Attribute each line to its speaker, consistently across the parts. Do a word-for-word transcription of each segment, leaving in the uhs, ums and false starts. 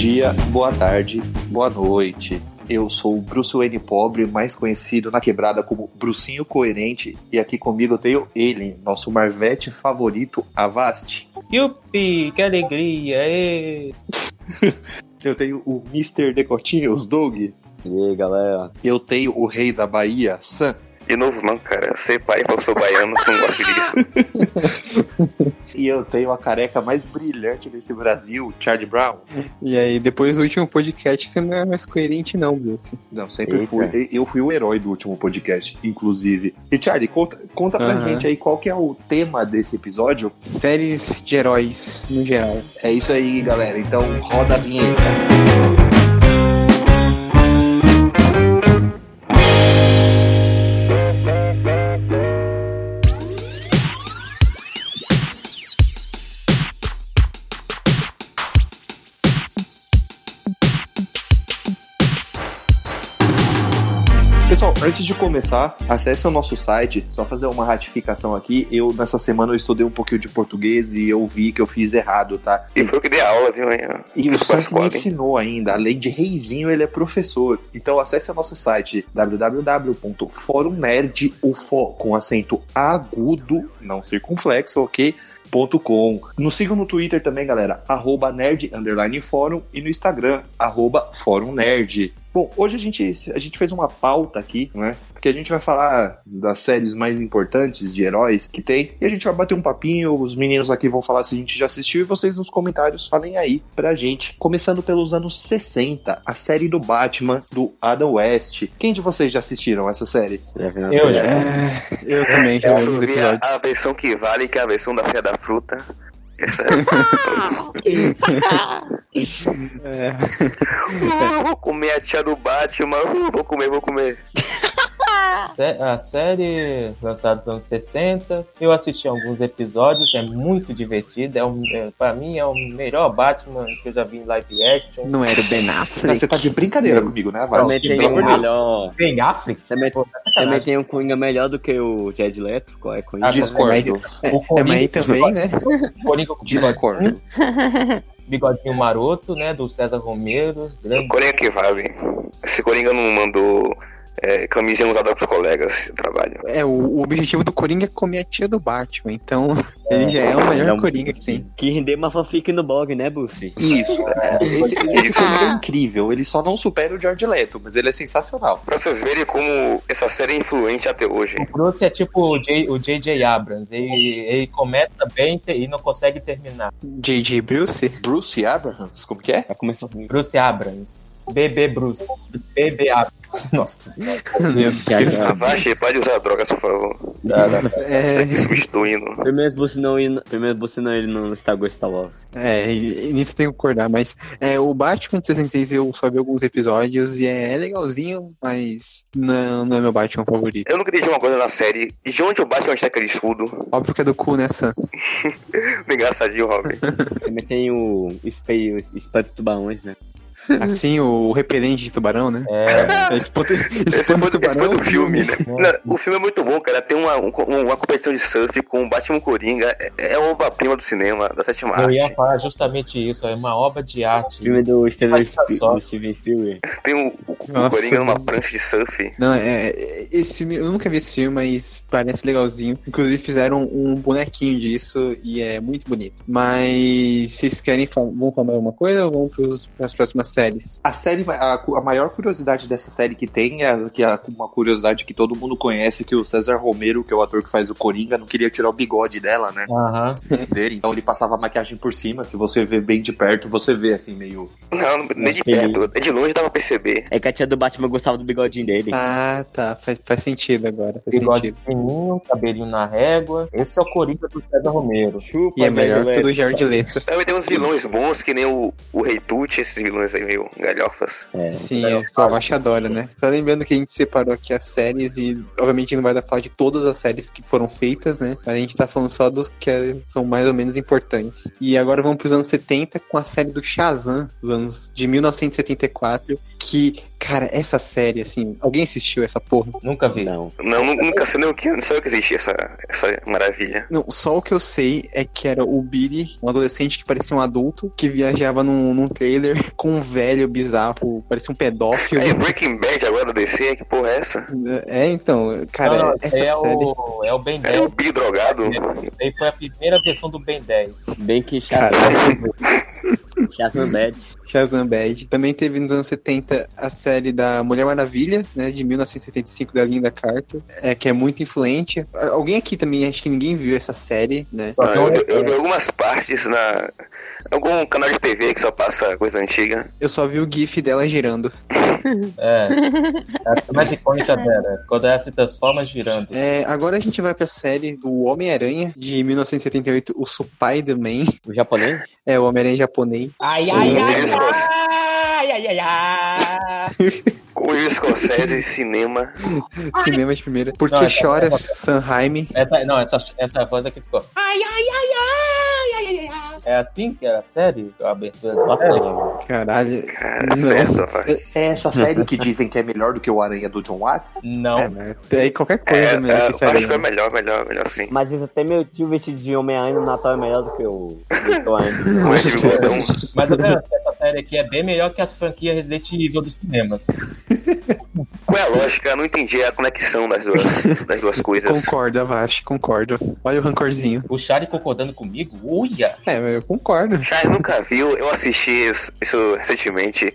Speaker 1: dia, boa tarde, boa noite. Eu sou o Bruce Wayne Pobre, mais conhecido na quebrada como Brucinho Coerente, e aqui comigo eu tenho ele, nosso Marvete favorito, Avast.
Speaker 2: Yupi, que alegria! Ê.
Speaker 1: Eu tenho o mister Decotinhos, Doug.
Speaker 3: E aí, galera?
Speaker 1: Eu tenho o rei da Bahia, Sam.
Speaker 4: De novo não, cara. Ser pai, eu sou baiano, não gosto disso.
Speaker 1: E eu tenho a careca mais brilhante desse Brasil, Charlie Brown.
Speaker 5: E aí, depois do último podcast, você não é mais coerente não, Bruce.
Speaker 1: Não, sempre
Speaker 3: Eita.
Speaker 1: fui. Eu fui o herói do último podcast, inclusive. E Charlie, conta, conta pra
Speaker 5: Uhum.
Speaker 1: gente aí qual que é o tema desse episódio.
Speaker 5: Séries de heróis, no geral.
Speaker 1: É isso aí, galera. Então, roda a vinheta. Pessoal, antes de começar, acesse o nosso site, só fazer uma ratificação aqui. Eu, nessa semana, eu estudei um pouquinho de português e eu vi que eu fiz errado, tá?
Speaker 4: E foi o que dei aula, viu? Amanhã.
Speaker 1: E o
Speaker 4: Foi a
Speaker 1: Sam que me
Speaker 4: escola, hein?
Speaker 1: ensinou ainda. Além de reizinho, ele é professor. Então acesse o nosso site w w w ponto forum nerd ufo com acento agudo, não circunflexo, ok? Ponto com. Nos sigam no Twitter também, galera. Arroba nerd underline fórum e no Instagram, arroba fórum nerd. Bom, hoje a gente, a gente fez uma pauta aqui, né? Porque a gente vai falar das séries mais importantes de heróis que tem. E a gente vai bater um papinho, os meninos aqui vão falar se a gente já assistiu e vocês nos comentários falem aí pra gente. Começando pelos anos sessenta, a série do Batman, do Adam West. Quem de vocês já assistiram essa série?
Speaker 2: Eu já.
Speaker 5: É, eu também, já
Speaker 4: Eu
Speaker 5: vi
Speaker 4: só
Speaker 5: alguns
Speaker 4: vi a,
Speaker 5: episódios.
Speaker 4: a versão que vale, que é a versão da Feira da Fruta. Essa
Speaker 5: É.
Speaker 4: uh, vou comer a tia do Batman. Uh, vou comer, vou comer.
Speaker 2: A série lançada nos anos sessenta, eu assisti alguns episódios, é muito divertido, é um, é, pra mim é o melhor Batman que eu já vi em live action.
Speaker 5: Não era o Ben
Speaker 1: Ah,
Speaker 5: Affleck?
Speaker 1: você tá de brincadeira comigo, né, Vaz?
Speaker 3: Também tem
Speaker 2: pelo
Speaker 3: um
Speaker 2: amor de
Speaker 3: melhor.
Speaker 2: Ben Affleck?
Speaker 3: Também,
Speaker 2: Pô, tá
Speaker 3: também
Speaker 2: sacanagem.
Speaker 3: tem um Coringa melhor do que o Jared Leto. Qual é o Coringa?
Speaker 2: Ah,
Speaker 1: Discordo.
Speaker 5: É,
Speaker 2: O
Speaker 5: é, mas aí também, né?
Speaker 2: Coringa com
Speaker 1: Discordo.
Speaker 2: bigodinho maroto, né, do César Romero, grande.
Speaker 4: Coringa que vale. Esse Coringa não mandou é, camisinha usada pros colegas de trabalho.
Speaker 5: É, o, o objetivo do Coringa é comer a tia do Batman, então ele já é o melhor
Speaker 3: Não,
Speaker 5: Coringa que tem.
Speaker 3: Que rendeu uma fanfic no blog, né, Bruce?
Speaker 1: Isso, é. Esse, esse Coringa é incrível. Ele só não supera o Jared Leto, mas ele é sensacional.
Speaker 4: Pra vocês verem como essa série é influente até hoje.
Speaker 2: O Bruce é tipo o J- o J J Abrams, ele, ele começa bem te- e não consegue terminar.
Speaker 5: J J Bruce?
Speaker 1: Bruce Abrams, como que é?
Speaker 3: Já começou comigo.
Speaker 2: Bruce Abrams, B B Bruce, B B Abrams, nossa.
Speaker 5: Meu Deus.
Speaker 4: Avast, pode usar drogas, por favor.
Speaker 5: É,
Speaker 4: Sempre substituindo.
Speaker 3: Primeiro você não ir, primeiro você não ir no Instagram Star Wars.
Speaker 5: é, e, e nisso tem que concordar, mas é, o Batman de sessenta e seis eu só vi alguns episódios e é, é legalzinho, mas não, não é meu Batman favorito.
Speaker 4: Eu nunca entendi uma coisa na série. De onde o Batman tem aquele escudo?
Speaker 5: Óbvio que é do cu, né, Sam?
Speaker 4: Engraçadinho, Robin.
Speaker 3: Também tem o espelho, espelho de tubarões, né?
Speaker 5: Assim, o repelente de tubarão, né?
Speaker 2: É,
Speaker 5: É, espanta,
Speaker 4: Esse
Speaker 5: espanta
Speaker 4: foi, esse
Speaker 5: tubarão
Speaker 4: foi
Speaker 5: é
Speaker 4: do
Speaker 5: um
Speaker 4: filme, né? Não, o filme é muito bom, cara. Tem uma, um- uma competição de surf com o Batman Coringa. É, é uma obra-prima do cinema, da sétima
Speaker 2: eu
Speaker 4: arte.
Speaker 2: ia falar justamente isso, é uma obra de arte.
Speaker 3: Filme do Steven,
Speaker 2: Mas tá só.
Speaker 3: do Steven Spielberg.
Speaker 4: Tem o, o, o
Speaker 5: Nossa,
Speaker 4: Coringa numa
Speaker 5: mano.
Speaker 4: prancha de surf.
Speaker 5: Não, é, é, esse filme, eu nunca vi esse filme, mas parece legalzinho. Inclusive fizeram um bonequinho disso e é muito bonito. Mas vocês querem falar, vamos falar alguma coisa ou vamos para as próximas séries?
Speaker 1: A série, a, a maior curiosidade dessa série que tem é que é uma curiosidade que todo mundo conhece, que o César Romero, que é o ator que faz o Coringa, não queria tirar o bigode dela, né?
Speaker 2: Aham.
Speaker 1: Dele. Então ele passava a maquiagem por cima. Se você vê bem de perto, você vê assim meio.
Speaker 4: Não, nem de
Speaker 3: Mas
Speaker 4: perto. De longe dava pra perceber.
Speaker 3: É que a tia do Batman gostava do bigodinho dele.
Speaker 5: Ah, tá. Faz, faz sentido agora. Faz
Speaker 2: Bigode
Speaker 5: sentido.
Speaker 2: fininho, cabelinho na régua. Esse é o Coringa do César Romero.
Speaker 3: Chupa,
Speaker 5: E é melhor que o do
Speaker 3: Leto.
Speaker 5: Jared Leto.
Speaker 4: Também tem uns vilões bons, que nem o, o Rei Tut, esses vilões aí meio galhofas.
Speaker 3: É.
Speaker 5: Sim, é, que o Avash adora, né? Só lembrando que a gente separou aqui as séries e, obviamente, não vai dar pra falar de todas as séries que foram feitas, né? Mas a gente tá falando só dos que é- são mais ou menos importantes. E agora vamos pros anos setenta com a série do Shazam, dos anos de mil novecentos e setenta e quatro, que, Cara, essa série, assim, alguém assistiu essa porra?
Speaker 2: Nunca vi.
Speaker 3: Não.
Speaker 4: Não, nu- nunca sei nem o que, não sei o que existia essa, essa maravilha.
Speaker 5: Não, só o que eu sei é que era o Billy, um adolescente que parecia um adulto, que viajava num, num trailer com um velho bizarro, parecia um pedófilo.
Speaker 4: É Breaking Bad agora do D C, que porra é essa?
Speaker 5: É, então, cara,
Speaker 2: não, não,
Speaker 5: essa
Speaker 2: é
Speaker 5: série...
Speaker 2: o, é o Ben
Speaker 4: É
Speaker 2: dez.
Speaker 4: o Billy drogado.
Speaker 2: Aí foi a primeira versão do Ben dez.
Speaker 3: Bem que
Speaker 5: Cara,
Speaker 3: Shazam Bad.
Speaker 5: Shazam Bad. Também teve nos anos setenta a série da Mulher Maravilha, né, de mil novecentos e setenta e cinco, da Linda Carter, é, que é muito influente. Alguém aqui também, acho que ninguém viu essa série, né?
Speaker 4: Ah, eu, eu, eu vi algumas partes na algum canal de T V que só passa coisa antiga.
Speaker 5: Eu só vi o gif dela girando.
Speaker 2: É. A mais icônica dela, quando ela se transforma girando.
Speaker 5: É, agora a gente vai pra série do Homem-Aranha, de mil novecentos e setenta e oito, o Spider-Man.
Speaker 3: O japonês?
Speaker 5: É, o Homem-Aranha japonês.
Speaker 2: Ai,
Speaker 4: ai, ai,
Speaker 2: ai,
Speaker 4: Scors-
Speaker 2: ai, ai, ai, ai.
Speaker 4: Com o Scorsese, cinema.
Speaker 5: Cinema de primeira. Por que
Speaker 2: Não, essa-
Speaker 5: choras,
Speaker 2: essa-
Speaker 5: Sanheim?
Speaker 2: Essa, não, essa, essa voz aqui ficou. Ai, ai, ai, ai, ai, ai, ai. É assim que era a série? A abertura da série?
Speaker 5: Caralho.
Speaker 4: Cara,
Speaker 5: Não.
Speaker 4: certo, rapaz.
Speaker 1: É essa série que dizem que é melhor do que o Aranha do John Watts?
Speaker 2: Não.
Speaker 5: É, mas aí qualquer coisa
Speaker 4: É,
Speaker 5: melhor
Speaker 4: é,
Speaker 5: que esse
Speaker 4: acho que é
Speaker 5: Aranha.
Speaker 4: melhor, melhor, melhor sim.
Speaker 3: Mas isso até meu tio vestido de Homem-Aranha no Natal é melhor do que o, do que o Aranha.
Speaker 4: Mas de bigodão.
Speaker 2: Mas eu vejo que essa série aqui é bem melhor que as franquias Resident Evil dos cinemas.
Speaker 4: Qual é a lógica? Eu não entendi a conexão das duas, das duas coisas.
Speaker 5: Concordo, Avast, concordo. Olha o rancorzinho.
Speaker 2: O Charlie concordando comigo? Uia!
Speaker 5: É, mas eu concordo.
Speaker 4: Charles nunca viu, eu assisti isso, isso recentemente.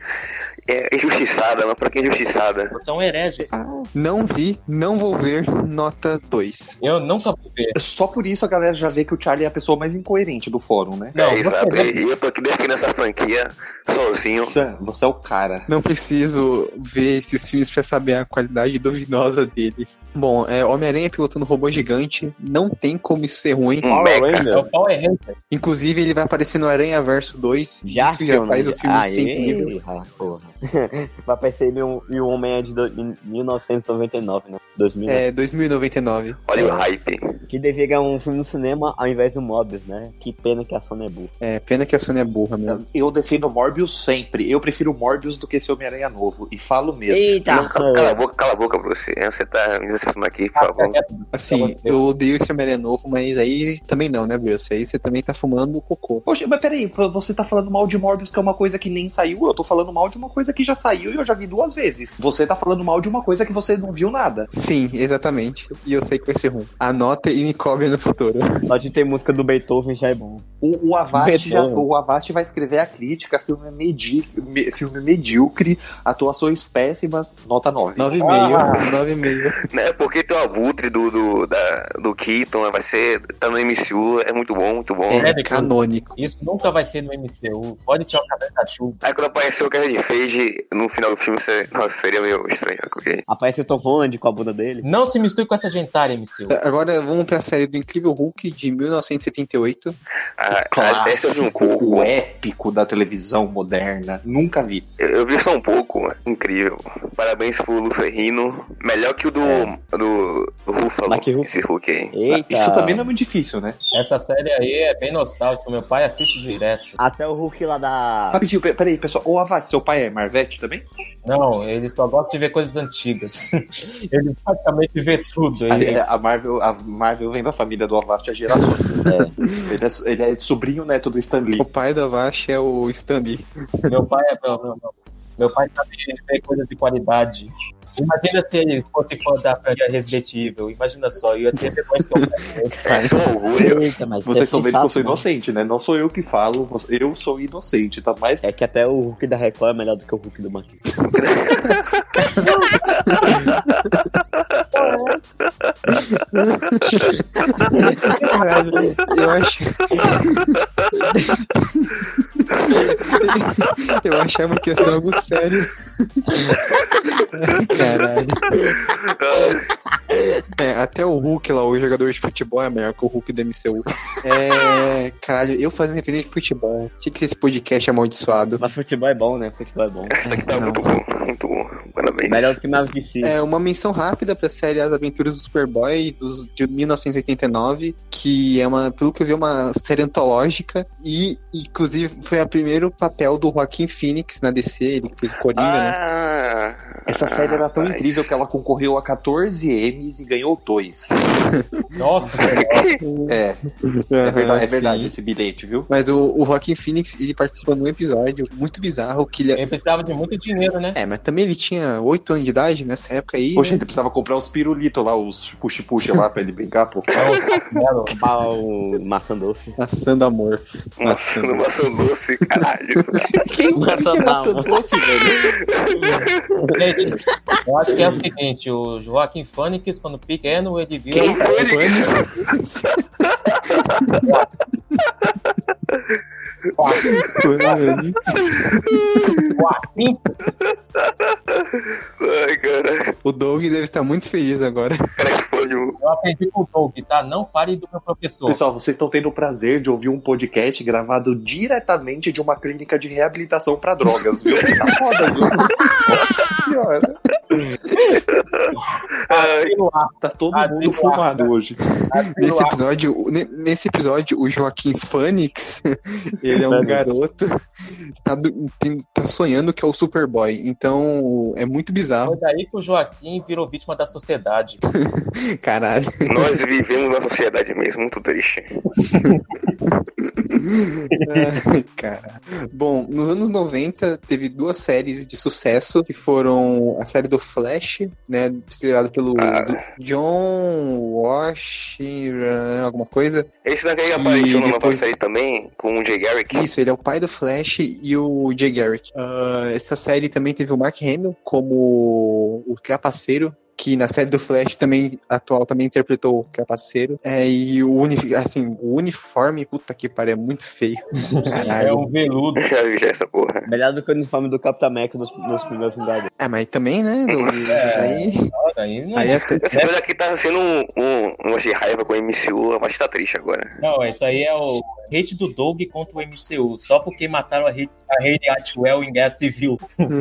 Speaker 4: É injustiçada, mas pra que injustiçada?
Speaker 2: Você é um herege.
Speaker 5: Não vi, não vou ver, nota dois.
Speaker 2: Eu nunca vou ver.
Speaker 1: Só por isso a galera já vê que o Charlie é a pessoa mais incoerente do fórum, né?
Speaker 2: Não,
Speaker 4: é,
Speaker 2: você
Speaker 4: exato.
Speaker 2: vê-
Speaker 4: E eu tô aqui defendendo essa franquia sozinho.
Speaker 1: Sam, você é o cara.
Speaker 5: Não preciso ver esses filmes pra saber a qualidade duvidosa deles. Bom, é, Homem-Aranha pilotando robô gigante, não tem como isso ser ruim.
Speaker 4: Um mecha.
Speaker 2: É o Power Ranger.
Speaker 5: Inclusive, ele vai aparecer no Aranha Verso dois.
Speaker 3: Já,
Speaker 5: isso já faz o filme
Speaker 3: ah,
Speaker 5: ser incrível.
Speaker 3: e... ah, porra. Vai parecer ele um, e o Homem é de do, em mil novecentos e noventa e nove, né? dois mil.
Speaker 5: É, dois mil e noventa e nove.
Speaker 4: Olha o hype.
Speaker 3: Que devia ganhar um filme no cinema ao invés do Mobius, né? Que pena que a Sony é burra.
Speaker 5: É, pena que a Sony é burra mesmo.
Speaker 1: Eu defendo Morbius sempre. Eu prefiro Morbius do que esse Homem-Aranha novo. E falo mesmo.
Speaker 3: Eita!
Speaker 4: Não, cala, cala a boca, cala a boca pra você. Você tá me decepcionando aqui, por favor.
Speaker 5: Assim, eu odeio esse Homem-Aranha novo, mas aí também não, né, Bruce? Aí você também tá fumando cocô.
Speaker 1: Poxa, mas peraí, você tá falando mal de Morbius, que é uma coisa que nem saiu. Eu tô falando mal de uma coisa que já saiu e eu já vi duas vezes. Você tá falando mal de uma coisa que você não viu nada.
Speaker 5: Sim, exatamente. E eu sei que vai ser ruim. Anota e me cobre no futuro.
Speaker 3: Só de ter música do Beethoven já é bom.
Speaker 1: O, o, Avast, já,
Speaker 3: Beethoven.
Speaker 1: o Avast vai escrever a crítica, filme, medi, me- filme medíocre, atuações péssimas, nota nove.
Speaker 5: nove e meio. nove e meio.
Speaker 4: Né? Porque tem o abutre do, do, da, do Keaton, vai ser. Tá no M C U, é muito bom, muito bom.
Speaker 5: É,
Speaker 2: É,
Speaker 5: canônico.
Speaker 2: Isso nunca vai ser no M C U. Pode tirar o cabelo da chuva.
Speaker 4: Aí quando apareceu o Kevin Feige no final do filme, você, nossa, seria meio estranho. Ok?
Speaker 3: Aparece o Tom Holland com a bunda dele.
Speaker 2: Não se misture com essa gentalha, M C U.
Speaker 5: Agora vamos pra série do Incrível Hulk de mil novecentos e setenta e oito.
Speaker 4: Ah, ah, essa eu vi um
Speaker 1: Clássico,
Speaker 4: pouco.
Speaker 1: o épico da televisão moderna. Nunca vi.
Speaker 4: Eu, eu vi só um pouco, incrível. Parabéns pro Lu Ferrino. Melhor que o do,
Speaker 3: É.
Speaker 4: do, do Ruffalo,
Speaker 3: Mark Ruffalo.
Speaker 4: esse Hulk aí.
Speaker 3: Eita!
Speaker 1: Isso também não é muito difícil, né?
Speaker 2: Essa série aí é bem nostálgica. Meu pai assiste direto.
Speaker 3: Até o Hulk lá da...
Speaker 1: Rapidinho, pe- peraí, pessoal. Ô, Avast, seu pai é Marvete também?
Speaker 2: Não, ele só gosta de ver coisas antigas. Ele praticamente vê tudo.
Speaker 1: A,
Speaker 2: Ele...
Speaker 1: a Marvel, a Marvel vem da família do Avast há gerações.
Speaker 3: É.
Speaker 1: Ele, é, ele é sobrinho neto do Stan Lee.
Speaker 5: O pai da Vash é o Stan Lee.
Speaker 2: Meu pai é. Meu, meu, meu, meu pai sabe ver coisas de qualidade. Imagina se ele fosse fã da franquia Resident Evil. Imagina só, ia ter depois que eu
Speaker 4: É um orgulho.
Speaker 3: Eita, mas
Speaker 1: Vocês estão vendo que eu sou
Speaker 3: sensato, né?
Speaker 1: inocente, né? Não sou eu que falo, você- eu sou inocente, tá? Mas
Speaker 3: É que até o Hulk da Record é melhor do que o Hulk do Marquinhos.
Speaker 5: Caralho, eu acho. Eu achava que ia ser algo sério. Caralho. É, até o Hulk lá, o jogador de futebol é melhor que o Hulk do M C U. É. Caralho, eu fazendo referência de futebol. Tinha que ser esse podcast amaldiçoado.
Speaker 3: Mas futebol é bom, né? Futebol é bom.
Speaker 4: Essa aqui tá muito bom, muito bom. Parabéns.
Speaker 3: Melhor do que Marvel D C.
Speaker 5: É, uma menção rápida pra série As Aventuras do Superboy dos, de mil novecentos e oitenta e nove, que é uma, pelo que eu vi, uma série antológica e, inclusive, foi o primeiro papel do Joaquin Phoenix na D C, ele que fez o Coringa, né?
Speaker 4: Ah,
Speaker 1: Essa
Speaker 4: Ah,
Speaker 1: série era tão
Speaker 4: rapaz.
Speaker 1: incrível que ela concorreu a catorze Emmys e ganhou dois.
Speaker 2: Nossa,
Speaker 1: É, é verdade, é
Speaker 5: Sim.
Speaker 1: verdade esse bilhete, viu?
Speaker 5: Mas o, o Joaquin Phoenix, ele participa num episódio muito bizarro que ele...
Speaker 2: ele precisava de muito dinheiro, né?
Speaker 5: É, mas também ele tinha oito anos de idade nessa época aí.
Speaker 1: Poxa,
Speaker 5: né?
Speaker 1: ele precisava comprar os pirulitos lá, os puxa-puxa lá pra ele brincar, pô.
Speaker 3: Ah, o maçã doce.
Speaker 5: Maçã do amor.
Speaker 4: Nossa, no maçã doce, caralho.
Speaker 1: Quem
Speaker 3: Maçã
Speaker 1: que é
Speaker 3: da
Speaker 1: maçã
Speaker 3: alma.
Speaker 1: doce, velho?
Speaker 2: Gente, eu acho que é o seguinte, o Joaquim Phoenix, quando pequeno, ele viu...
Speaker 4: Quem foi ele que...
Speaker 2: Joaquim,
Speaker 4: Ai, cara.
Speaker 5: O Doug deve estar muito feliz agora.
Speaker 4: Cara, que foi o...
Speaker 2: eu aprendi com o Doug, tá? Não fale do meu professor.
Speaker 1: Pessoal, vocês estão tendo o prazer de ouvir um podcast gravado diretamente de uma clínica de reabilitação pra drogas, viu? Tá foda, viu? Nossa senhora.
Speaker 4: Ai,
Speaker 1: Tá todo
Speaker 2: Asilo
Speaker 1: mundo fumado
Speaker 2: Arca.
Speaker 1: hoje.
Speaker 5: Nesse episódio, ne- nesse episódio, o Joaquim Phoenix, ele é um garoto que tá, do- tem- tá sonhando que é o Superboy. Então, é muito
Speaker 2: Foi
Speaker 5: bizarro.
Speaker 2: daí que o Joaquim virou vítima da sociedade.
Speaker 5: Caralho.
Speaker 4: nós vivemos numa sociedade mesmo muito triste.
Speaker 5: Ai, cara. Bom, nos anos noventa teve duas séries de sucesso que foram a série do Flash, né, estrelada pelo
Speaker 4: Ah.
Speaker 5: do John Washington, alguma coisa.
Speaker 4: Esse daqui
Speaker 5: E
Speaker 4: apareceu numa nova
Speaker 5: depois-
Speaker 4: série também, com o Jay Garrick.
Speaker 5: Isso, ele é o pai do Flash e o Jay Garrick. Ah, essa série também teve o Mark Hamill como o Trapaceiro, que na série do Flash também atual também interpretou o Trapaceiro. É, e o uni, assim, o uniforme, puta que pariu, é muito feio.
Speaker 2: É
Speaker 5: Caralho.
Speaker 2: um veludo.
Speaker 4: Já vi já essa porra.
Speaker 3: Melhor do que o uniforme do Capitão América nos, nos primeiros Vingadores.
Speaker 5: É, mas também, né? Do, aí,
Speaker 2: Aí não,
Speaker 5: aí até,
Speaker 4: Esse coisa aqui tá sendo um, um, um negócio de raiva com o M C U, mas tá triste agora.
Speaker 2: não, isso aí é o hate do Doug contra o M C U. Só porque mataram a Rede, a Rede Atwell em Guerra Civil.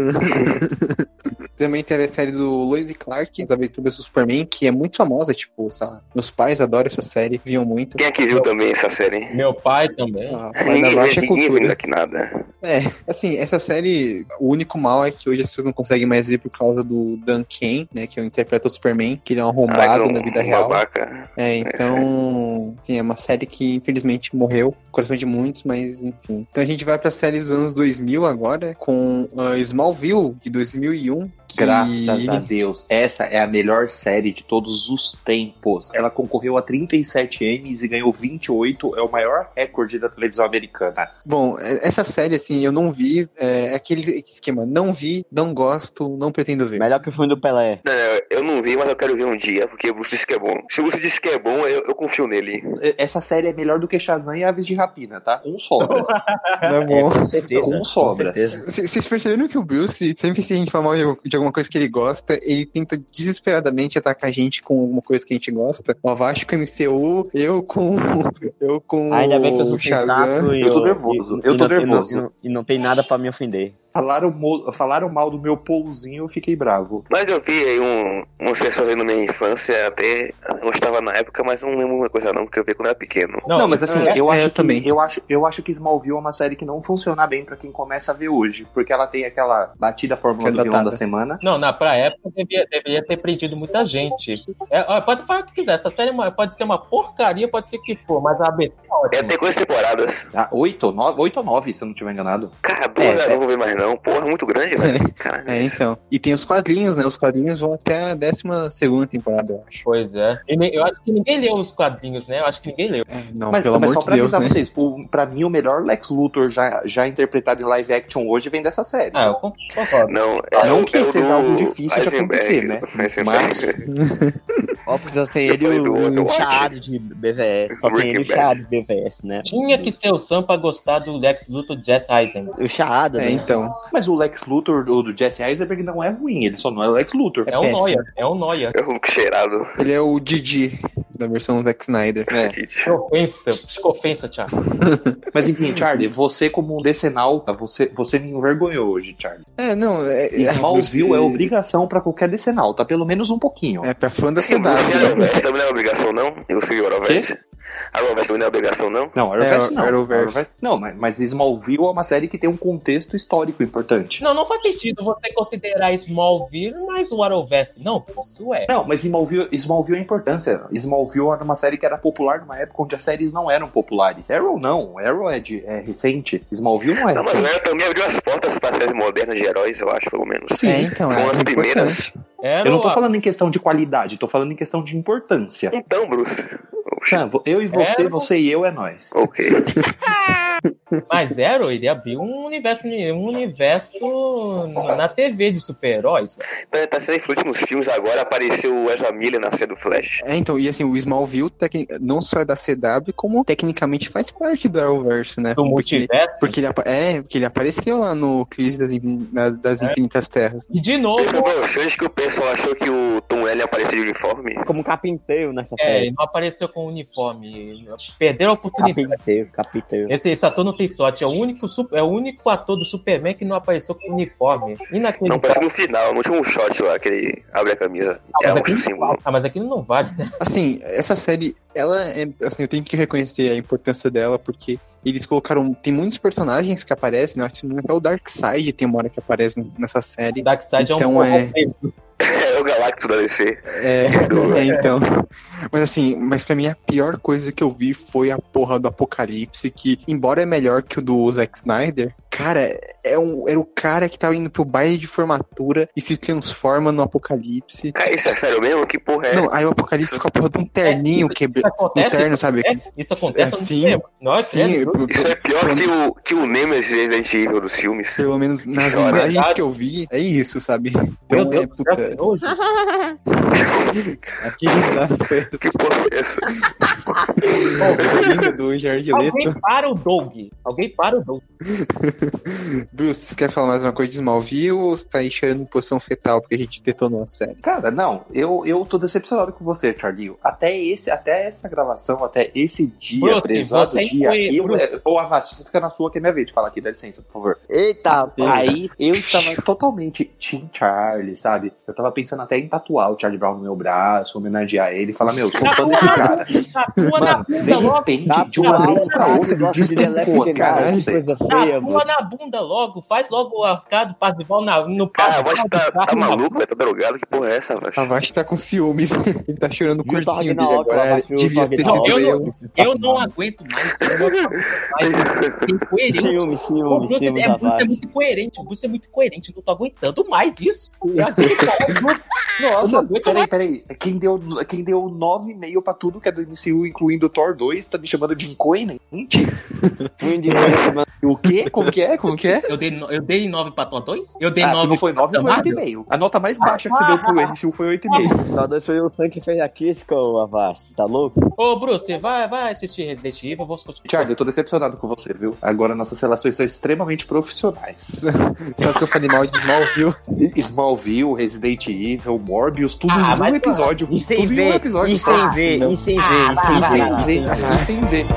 Speaker 5: também teve a série do Lois e Clark, as Aventuras do Superman, que é muito famosa, tipo, sei lá, meus pais adoram essa série, viam muito.
Speaker 4: Quem aqui viu também essa série?
Speaker 2: Meu pai também.
Speaker 5: Ah, pai da
Speaker 4: Ninguém
Speaker 5: Baixa
Speaker 4: vê, ninguém vê
Speaker 5: Cultura.
Speaker 4: daqui nada.
Speaker 5: É, assim, essa série, o único mal é que hoje as pessoas não conseguem mais ver por causa do Dan Kane, né, que interpreta o Superman, que ele é um arrombado
Speaker 4: Ah, um-
Speaker 5: na vida
Speaker 4: um
Speaker 5: real.
Speaker 4: Babaca.
Speaker 5: É, então, enfim, é uma série que infelizmente morreu, no coração de muitos, mas enfim. Então a gente vai pra série dos anos dois mil agora, com uh, Smallville, de dois mil e um. Que...
Speaker 1: Graças a Deus, essa é a melhor série de todos os tempos. Ela concorreu a trinta e sete Emmys e ganhou vinte e oito, é o maior recorde da televisão americana.
Speaker 5: Bom, é- essa série, assim, eu não vi, é aquele esquema, não vi, não gosto, não pretendo ver.
Speaker 3: Melhor que o filme do Pelé.
Speaker 4: Não, não, eu não vi, mas eu quero ver um dia, porque o Bruce disse que é bom. Se o Bruce disse que é bom, eu, eu confio nele.
Speaker 1: Essa série é melhor do que Shazam e Aves de Rapina, tá? Com sobras.
Speaker 5: Não é bom.
Speaker 3: Com certeza.
Speaker 1: Com sobras.
Speaker 3: certeza.
Speaker 5: C- Vocês perceberam que o Bruce, sempre que a gente fala mal de- de alguma coisa que ele gosta, ele tenta desesperadamente atacar a gente com alguma coisa que a gente gosta? O Avast com o M C U, eu com. Eu com.
Speaker 3: Ainda bem que eu sou
Speaker 5: o Shazam.
Speaker 3: sensato e
Speaker 1: Eu tô nervoso, eu
Speaker 3: e
Speaker 1: tô
Speaker 3: não- e não-
Speaker 1: nervoso.
Speaker 3: E não, e não tem nada pra me ofender.
Speaker 1: Falaram, mo- falaram mal do meu pouzinho, eu fiquei bravo.
Speaker 4: Mas eu vi aí um, uma sessão aí na minha infância, até eu gostava na época, mas não lembro uma coisa não, porque eu vi quando era pequeno.
Speaker 1: Não, mas assim,
Speaker 5: é,
Speaker 1: eu,
Speaker 5: é,
Speaker 1: acho
Speaker 5: eu
Speaker 1: que,
Speaker 5: também.
Speaker 1: eu, acho, eu acho que Smallville é uma série que não funciona bem pra quem começa a ver hoje. Porque ela tem aquela batida fórmula
Speaker 5: Que é
Speaker 1: do vilão
Speaker 5: datada.
Speaker 1: da semana.
Speaker 2: Não, na pra época devia, deveria ter prendido muita gente. É, ó, pode falar o que quiser, essa série é uma- pode ser uma porcaria, pode ser o que for, mas a abertura é
Speaker 4: É,
Speaker 2: ótima.
Speaker 4: tem quantas temporadas?
Speaker 1: Ah, oito, nove, oito ou nove, se eu não estiver enganado.
Speaker 4: Cara, duas
Speaker 5: É,
Speaker 4: eu
Speaker 5: é.
Speaker 4: não vou ver mais não. Porra, muito grande, velho. Caralho.
Speaker 5: É, então. E tem os quadrinhos, né? Os quadrinhos vão até a décima segunda temporada, eu acho.
Speaker 2: Pois é. E nem- eu acho que ninguém leu os quadrinhos, né? Eu acho que ninguém leu.
Speaker 5: É, não,
Speaker 1: mas,
Speaker 5: pelo
Speaker 1: mas
Speaker 5: amor
Speaker 1: só
Speaker 5: de
Speaker 1: pra
Speaker 5: Deus,
Speaker 1: avisar
Speaker 5: né?
Speaker 1: vocês, o, pra mim o melhor Lex Luthor já, já interpretado em live action hoje vem dessa série.
Speaker 2: Ah, eu concordo.
Speaker 4: Não, é
Speaker 1: Não
Speaker 4: o-
Speaker 1: que
Speaker 4: é o
Speaker 1: seja
Speaker 4: do
Speaker 1: algo difícil de
Speaker 4: Heisenberg,
Speaker 1: acontecer, né?
Speaker 4: Heisenberg.
Speaker 1: Mas-
Speaker 3: Ó, porque só tem
Speaker 4: Eu
Speaker 3: ele
Speaker 4: falei
Speaker 3: e
Speaker 4: do
Speaker 3: o,
Speaker 4: Walter
Speaker 3: o
Speaker 4: White.
Speaker 3: Chaado de B V S. Só tem ele e o
Speaker 4: Breaking Bad.
Speaker 3: Chaado de B V S, né?
Speaker 2: Tinha que ser o Sam pra gostar do Lex Luthor Jesse Eisenberg.
Speaker 3: O Chaado,
Speaker 5: É,
Speaker 3: né?
Speaker 5: então.
Speaker 1: Mas o Lex Luthor do, do Jesse Eisenberg não é ruim, ele só não é o Lex Luthor.
Speaker 2: É um
Speaker 5: péssimo.
Speaker 2: noia, é um noia.
Speaker 4: É o Hulk cheirado.
Speaker 5: Ele é o Didi da versão Zack Snyder.
Speaker 1: É.
Speaker 2: Que ofensa, que ofensa, Thiago.
Speaker 1: Mas enfim, Charlie, você como um decenalta, você, você me envergonhou hoje, Charlie.
Speaker 5: É, não. É,
Speaker 1: Smallville
Speaker 5: você-
Speaker 1: é obrigação pra qualquer decenalta, pelo menos um pouquinho.
Speaker 5: É pra fã da
Speaker 4: Sim,
Speaker 5: cidade.
Speaker 4: você
Speaker 5: né?
Speaker 4: não- Isso também não é obrigação, não? Eu fui Euroverse. Arrowverse não é obrigação, não?
Speaker 1: Não, Arrowverse
Speaker 5: É,
Speaker 1: não.
Speaker 5: Arrowverse.
Speaker 1: Arrowverse- Não, mas, mas Smallville é uma série que tem um contexto histórico importante.
Speaker 2: Não, não faz sentido você considerar Smallville, mas o Arrowverse não, isso é.
Speaker 1: Não, mas Smallville, Smallville é importância. Smallville era uma série que era popular numa época onde as séries não eram populares. Arrow não, Arrow é, de, é recente. Smallville não é
Speaker 4: Não, mas
Speaker 1: recente.
Speaker 4: ela também abriu as portas para séries modernas de heróis, eu acho, pelo menos.
Speaker 1: Sim.
Speaker 5: É, então,
Speaker 4: Foram
Speaker 5: é
Speaker 4: as primeiras.
Speaker 5: importante.
Speaker 2: Era
Speaker 1: Eu não tô
Speaker 2: o-
Speaker 1: falando em questão de qualidade, tô falando em questão de importância.
Speaker 4: Então, Bruce.
Speaker 1: Sam, eu e você,
Speaker 2: Arrow-
Speaker 1: você e eu é nós.
Speaker 4: Ok.
Speaker 2: Mas Arrow, ele abriu um universo, um universo na T V de super-heróis, velho.
Speaker 4: Então, tá sendo influente nos filmes agora, apareceu o Ezra Miller na série do Flash.
Speaker 5: É, então, e assim, o Smallville tecni- não só é da C W, como tecnicamente faz parte do Arrowverse, né?
Speaker 2: Do
Speaker 5: Porque ele,
Speaker 2: multiverso.
Speaker 5: porque ele, apa- é, porque ele apareceu lá no Crise das, Infin- das, das
Speaker 2: É.
Speaker 5: Infinitas Terras.
Speaker 2: E de
Speaker 4: Teve
Speaker 2: novo,
Speaker 4: uma chance que o pessoal achou que o Tom Ellen apareceu de uniforme.
Speaker 3: Como carpinteiro nessa
Speaker 2: é,
Speaker 3: série.
Speaker 2: ele não apareceu com uniforme. Perderam a oportunidade.
Speaker 3: Carpinteiro, carpinteiro.
Speaker 2: Esse, esse ator não tem sorte. É o único, su- é o único ator do Superman que não apareceu com uniforme. E naquele.
Speaker 4: Não, apareceu no final, no último shot lá, que ele abre a camisa.
Speaker 2: Ah,
Speaker 4: É
Speaker 2: mas
Speaker 4: um
Speaker 2: aquilo,
Speaker 4: símbolo.
Speaker 2: ah, mas aquilo não vale, né?
Speaker 5: Assim, essa série, ela é. Assim, eu tenho que reconhecer a importância dela, porque eles colocaram. Tem muitos personagens que aparecem, né? Acho que até o Darkseid tem uma hora que aparece nessa série.
Speaker 2: Darkseid é
Speaker 5: Então
Speaker 2: um
Speaker 5: é-
Speaker 4: É o Galactus da D C.
Speaker 5: É, é, então. Mas assim, mas pra mim a pior coisa que eu vi foi a porra do Apocalipse, que, embora é melhor que o do Zack Snyder, cara, é um, era o cara que tava indo pro baile de formatura e se transforma no Apocalipse.
Speaker 4: Cara, isso é sério mesmo? Que porra é?
Speaker 5: Não, aí o Apocalipse fica a porra de um terninho,
Speaker 2: isso,
Speaker 5: quebra...
Speaker 2: isso acontece,
Speaker 5: um terno, sabe?
Speaker 2: É,
Speaker 5: Aqueles-
Speaker 2: isso acontece
Speaker 5: É,
Speaker 2: no
Speaker 5: sim.
Speaker 2: cinema. Nós,
Speaker 5: Sim,
Speaker 2: é,
Speaker 5: pro-
Speaker 4: Isso é pior
Speaker 5: pelo-
Speaker 4: que o, que o Nemesis Resident Evil dos filmes.
Speaker 5: Pelo menos nas
Speaker 4: Chora.
Speaker 5: imagens
Speaker 2: Verdade.
Speaker 5: que eu vi, é isso, sabe?
Speaker 2: Meu
Speaker 5: Então,
Speaker 2: Deus,
Speaker 5: é,
Speaker 2: do céu,
Speaker 5: puta,
Speaker 2: que nojo.
Speaker 5: aqui risada foi essa.
Speaker 4: Que porra é essa?
Speaker 5: Linda do Jared
Speaker 2: Alguém
Speaker 5: Leto.
Speaker 2: para o Doug. Alguém para o Doug.
Speaker 5: Bruce, você quer falar mais uma coisa de Smallville ou você tá aí chorando em posição fetal porque a gente detonou a série?
Speaker 1: Cara, não, eu, eu tô decepcionado com você, Charlie. Até, esse, até essa gravação, até esse dia,
Speaker 2: Bruce,
Speaker 1: prezado
Speaker 2: você
Speaker 1: dia,
Speaker 2: foi-
Speaker 1: eu,
Speaker 2: Bruce.
Speaker 1: é, ô Avast, você fica na sua que é minha vez de falar aqui, dá licença, por favor.
Speaker 3: Eita,
Speaker 1: Aí eu estava totalmente Team Charlie, sabe? Eu tava pensando até em tatuar o Charlie Brown no meu braço, homenagear ele e falar, meu, sou fã desse cara.
Speaker 2: Tatua na
Speaker 1: Mano, de
Speaker 2: bunda logo.
Speaker 1: repente, de uma vez pra outra, ele despencou as caras.
Speaker 3: que coisa feia,
Speaker 2: Tatua
Speaker 3: mano.
Speaker 2: na bunda logo. Faz logo o arcado, passe de bola na, no
Speaker 4: Cara, a
Speaker 2: passe
Speaker 4: voz
Speaker 2: de
Speaker 4: tá,
Speaker 2: bola,
Speaker 4: tá
Speaker 2: na
Speaker 4: maluco, velho, tá drogado. Que porra é essa, velho?
Speaker 5: A Vasti tá com ciúmes. Ele tá chorando o
Speaker 3: Viu, tá
Speaker 5: cursinho
Speaker 3: na
Speaker 5: dele
Speaker 3: hora que o
Speaker 5: agora.
Speaker 3: Avast viu o
Speaker 5: Devia ter
Speaker 3: Ragnarok.
Speaker 5: sido
Speaker 2: Eu
Speaker 5: eu.
Speaker 2: Eu não aguento mais. Eu não aguento mais. É incoerente.
Speaker 3: Ciúme,
Speaker 2: O
Speaker 3: ciúme,
Speaker 2: Bruce
Speaker 3: ciúme
Speaker 2: é,
Speaker 3: da
Speaker 2: Bruce é
Speaker 3: Vaz.
Speaker 2: muito coerente. O Bruce é muito coerente. Eu não tô aguentando mais isso.
Speaker 1: Nossa,
Speaker 2: Eu não aguento
Speaker 1: peraí,
Speaker 2: mais.
Speaker 1: peraí. Quem deu, quem deu nove e meio pra tudo que é do M C U, incluindo o Thor dois, tá me chamando de incoerente?
Speaker 3: Fui de novo,
Speaker 1: O quê? Como que é? Como que é?
Speaker 2: Eu dei, no- eu dei nove pra Thor dois? Eu dei
Speaker 1: Ah, se
Speaker 2: nove
Speaker 1: não foi nove, foi oito e meio. A nota mais baixa que você deu pro M C U foi oito e meio.
Speaker 3: Só dois foi o Sam que fez aqui, esse que é o Avast, tá louco?
Speaker 2: Ô, Bruce, vai, vai assistir Resident Evil. Vamos continuar.
Speaker 1: Charlie, eu tô decepcionado com você, viu? Agora nossas relações são extremamente profissionais.
Speaker 5: Sabe que eu falei mal de Smallville?
Speaker 1: Smallville, Resident Evil, Morbius, tudo
Speaker 2: Ah,
Speaker 1: em
Speaker 2: mas-
Speaker 1: um episódio.
Speaker 3: E sem
Speaker 1: tudo em um
Speaker 3: ver,
Speaker 1: episódio.
Speaker 3: e sem
Speaker 1: Ah,
Speaker 3: ver,
Speaker 1: não.
Speaker 3: e sem ver,
Speaker 2: Ah,
Speaker 3: e
Speaker 2: vai,
Speaker 3: sem
Speaker 1: E
Speaker 2: vai,
Speaker 3: ver.
Speaker 1: sem
Speaker 2: vai,
Speaker 1: ver,
Speaker 2: vai.
Speaker 1: e sem ver.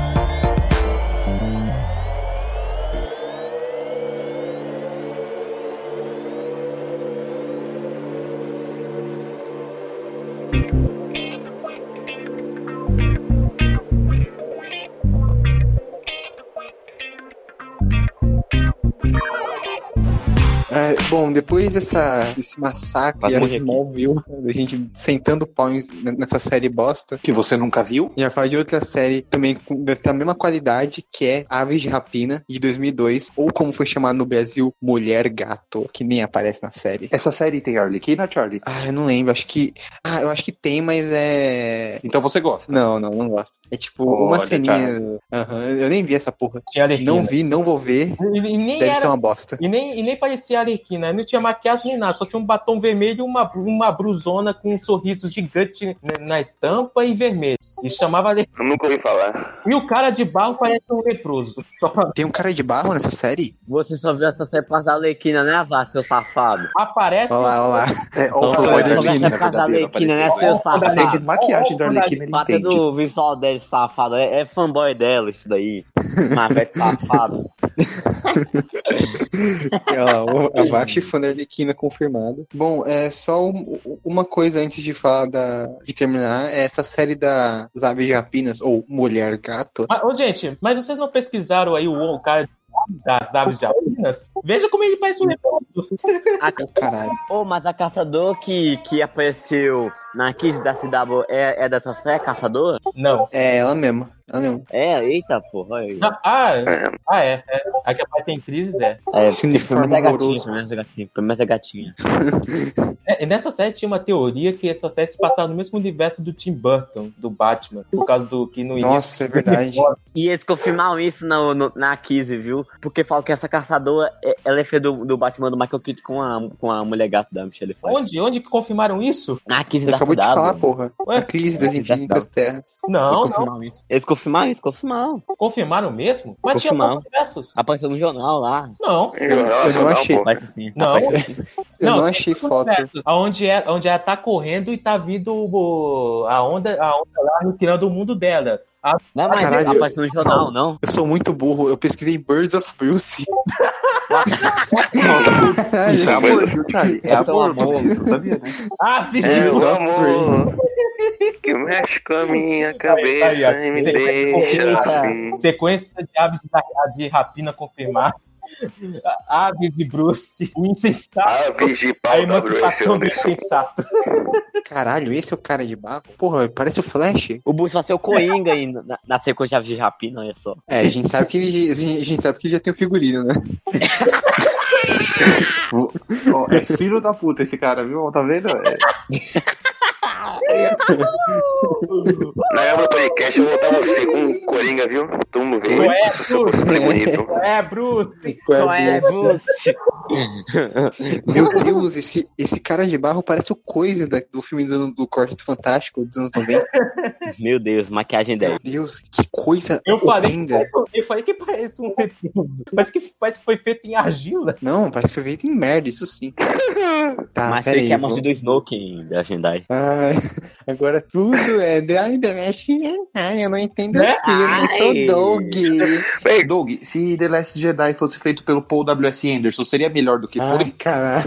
Speaker 5: É, bom, depois dessa, desse massacre
Speaker 1: Quase
Speaker 5: de
Speaker 1: morri aqui.
Speaker 5: Smallville, a gente sentando pau em- nessa série bosta,
Speaker 1: Que você nunca viu?
Speaker 5: e ia falar de outra série também com da mesma qualidade, que é Aves de Rapina, de dois mil e dois, ou como foi chamado no Brasil, Mulher Gato, que nem aparece na série.
Speaker 1: Essa série tem Arlequina, Charlie?
Speaker 5: Ah, eu não lembro, acho que... Ah, eu acho que tem, mas é...
Speaker 1: Então você gosta.
Speaker 5: Não, não, não gosto. É tipo
Speaker 1: Olha,
Speaker 5: uma ceninha... Aham, eu nem vi essa porra.
Speaker 2: Tinha Arlequina.
Speaker 5: Não vi, não vou ver,
Speaker 2: E, e nem
Speaker 5: deve
Speaker 2: era,
Speaker 5: ser uma bosta.
Speaker 2: e, nem, e nem parecia Arlequina. Não tinha maquiagem nem nada. Só tinha um batom vermelho e uma, uma brusona com um sorriso gigante na, na estampa e vermelho. E chamava Arlequina.
Speaker 4: Eu nunca ouvi falar.
Speaker 2: E o cara de barro parece um leproso. Só pra...
Speaker 5: Tem um cara de barro nessa série?
Speaker 3: Você só viu essa série por causa da Alequina, né, Avast, seu safado?
Speaker 2: Aparece...
Speaker 5: Olha lá, olha lá.
Speaker 1: É,
Speaker 5: Ó,
Speaker 1: ó,
Speaker 5: foi
Speaker 1: foi
Speaker 5: a
Speaker 1: a
Speaker 5: Arlequina.
Speaker 1: Arlequina
Speaker 3: Por causa da
Speaker 1: verdadeira
Speaker 3: Arlequina, né,
Speaker 1: aparecendo.
Speaker 3: seu
Speaker 1: Ó, quando a
Speaker 3: safado?
Speaker 1: lei de maquiagem da Arlequina, ele
Speaker 3: Bata
Speaker 1: entende.
Speaker 3: do visual dele, safado. É, é fanboy dela, isso daí. Mas velho safado.
Speaker 5: Olha lá, a Vasti fã da Arlequina confirmado. Bom, é só um- uma coisa antes de falar da, de terminar, é essa série das Aves de Rapinas, ou Mulher Gato.
Speaker 2: Mas, ô, gente, mas vocês não pesquisaram aí o, o cara das aves de rapinas? Veja como ele parece um leproso.
Speaker 5: Oh, caralho.
Speaker 3: Ô, mas a caçador que, que apareceu na Kiss da C W é, é dessa série, caçadora?
Speaker 2: Não.
Speaker 5: É ela mesma, ela mesma.
Speaker 3: É, eita, porra. Aí.
Speaker 2: Não, Ah, ah, é. é. A que aparece em crises é.
Speaker 3: É,
Speaker 5: Esse uniforme
Speaker 3: pelo menos é gatinho,
Speaker 5: horroroso.
Speaker 3: pelo menos é gatinho, pelo menos é gatinha.
Speaker 2: É, e nessa série tinha uma teoria que essa série se passava no mesmo universo do Tim Burton, do Batman, por causa do que no
Speaker 5: Nossa, é verdade.
Speaker 3: E eles confirmaram isso no, no- na Kiss, viu? Porque falam que essa caçadora, é- ela é filha do, do Batman do Michael Keaton com a, com a mulher gato da Michelle Pfeiffer.
Speaker 2: Onde? Onde que confirmaram isso?
Speaker 3: Na Kiss
Speaker 5: Você
Speaker 3: da
Speaker 5: acabou de
Speaker 3: C W.
Speaker 5: falar, porra.
Speaker 2: Ué?
Speaker 5: A crise das
Speaker 3: É,
Speaker 5: infinitas terras.
Speaker 2: Não,
Speaker 3: Eles
Speaker 2: não.
Speaker 3: confirmaram isso. Eles confirmaram isso, confirmaram.
Speaker 2: Confirmaram mesmo? Mas
Speaker 3: Confirmaram.
Speaker 2: tinha universos.
Speaker 3: Apareceu no jornal lá.
Speaker 2: Não.
Speaker 4: Jornal
Speaker 5: Eu não
Speaker 4: Nacional,
Speaker 5: achei.
Speaker 4: pô.
Speaker 3: Aparece assim.
Speaker 2: Não.
Speaker 3: Aparece assim.
Speaker 5: Eu não,
Speaker 2: Não,
Speaker 5: achei foto.
Speaker 2: Onde, é, onde ela tá correndo e tá vindo o- a onda, a onda lá aniquilando o mundo dela. A-
Speaker 3: Não, mas
Speaker 5: Caralho.
Speaker 3: apareceu no jornal, não.
Speaker 5: Eu sou muito burro, eu pesquisei Birds of Bruce.
Speaker 1: Isso é
Speaker 5: Caralho.
Speaker 1: amor, viu, Charlie? É
Speaker 3: É tão
Speaker 1: amor,
Speaker 3: amor.
Speaker 1: você sabia, né?
Speaker 2: Ah,
Speaker 4: É
Speaker 2: vizinho!
Speaker 4: o amor que mexe com a minha cabeça
Speaker 2: Aí, aí, ó.
Speaker 4: e me
Speaker 2: Você-
Speaker 4: deixa
Speaker 3: Eita.
Speaker 4: assim.
Speaker 2: Sequência de aves de, de rapina confirmar. Aves de Bruce, o insensato,
Speaker 4: Aves de
Speaker 2: a
Speaker 4: pau da
Speaker 2: emancipação do
Speaker 4: Bruce Anderson.
Speaker 2: insensato.
Speaker 5: Caralho, esse é o cara de barro? Porra, parece o Flash.
Speaker 3: O Bruce vai ser o Coringa aí na, na sequência de Rapina, olha só.
Speaker 5: É, a gente sabe que ele, a gente a gente sabe que ele já tem o figurino, né?
Speaker 1: Ó, ó, é filho da puta esse cara, viu? Tá vendo? É.
Speaker 4: Na época do podcast, eu vou botar você com o Coringa, viu? Todo mundo vê.
Speaker 2: Ué,
Speaker 4: Nossa, seu cosplay bonito.
Speaker 2: É, Bruce!
Speaker 3: Qual é, Bruce?
Speaker 5: Meu Deus, esse, esse cara de barro parece o Coisa da- do filme do, do Quarteto Fantástico dos anos noventa.
Speaker 3: Meu Deus, maquiagem dez.
Speaker 5: Meu Deus, que coisa
Speaker 2: Eu falei, que
Speaker 5: horrenda.
Speaker 2: parece, eu falei que parece um leproso. Parece que, parece que foi feito em argila.
Speaker 5: Não, parece que foi feito em merda, isso sim. Tá,
Speaker 3: Mas
Speaker 5: peraí.
Speaker 3: sei que é a
Speaker 5: vou-
Speaker 3: morte do Snoke da Jendai.
Speaker 5: Ai, agora tudo é da internet. Ai, eu não entendo
Speaker 2: Né?
Speaker 5: o filme, eu sou
Speaker 3: Ai.
Speaker 5: Doug.
Speaker 1: Ei, Doug, se The Last Jedi fosse feito pelo Paul W S. Anderson, seria melhor do que
Speaker 5: Ai,
Speaker 1: foi?
Speaker 5: caralho.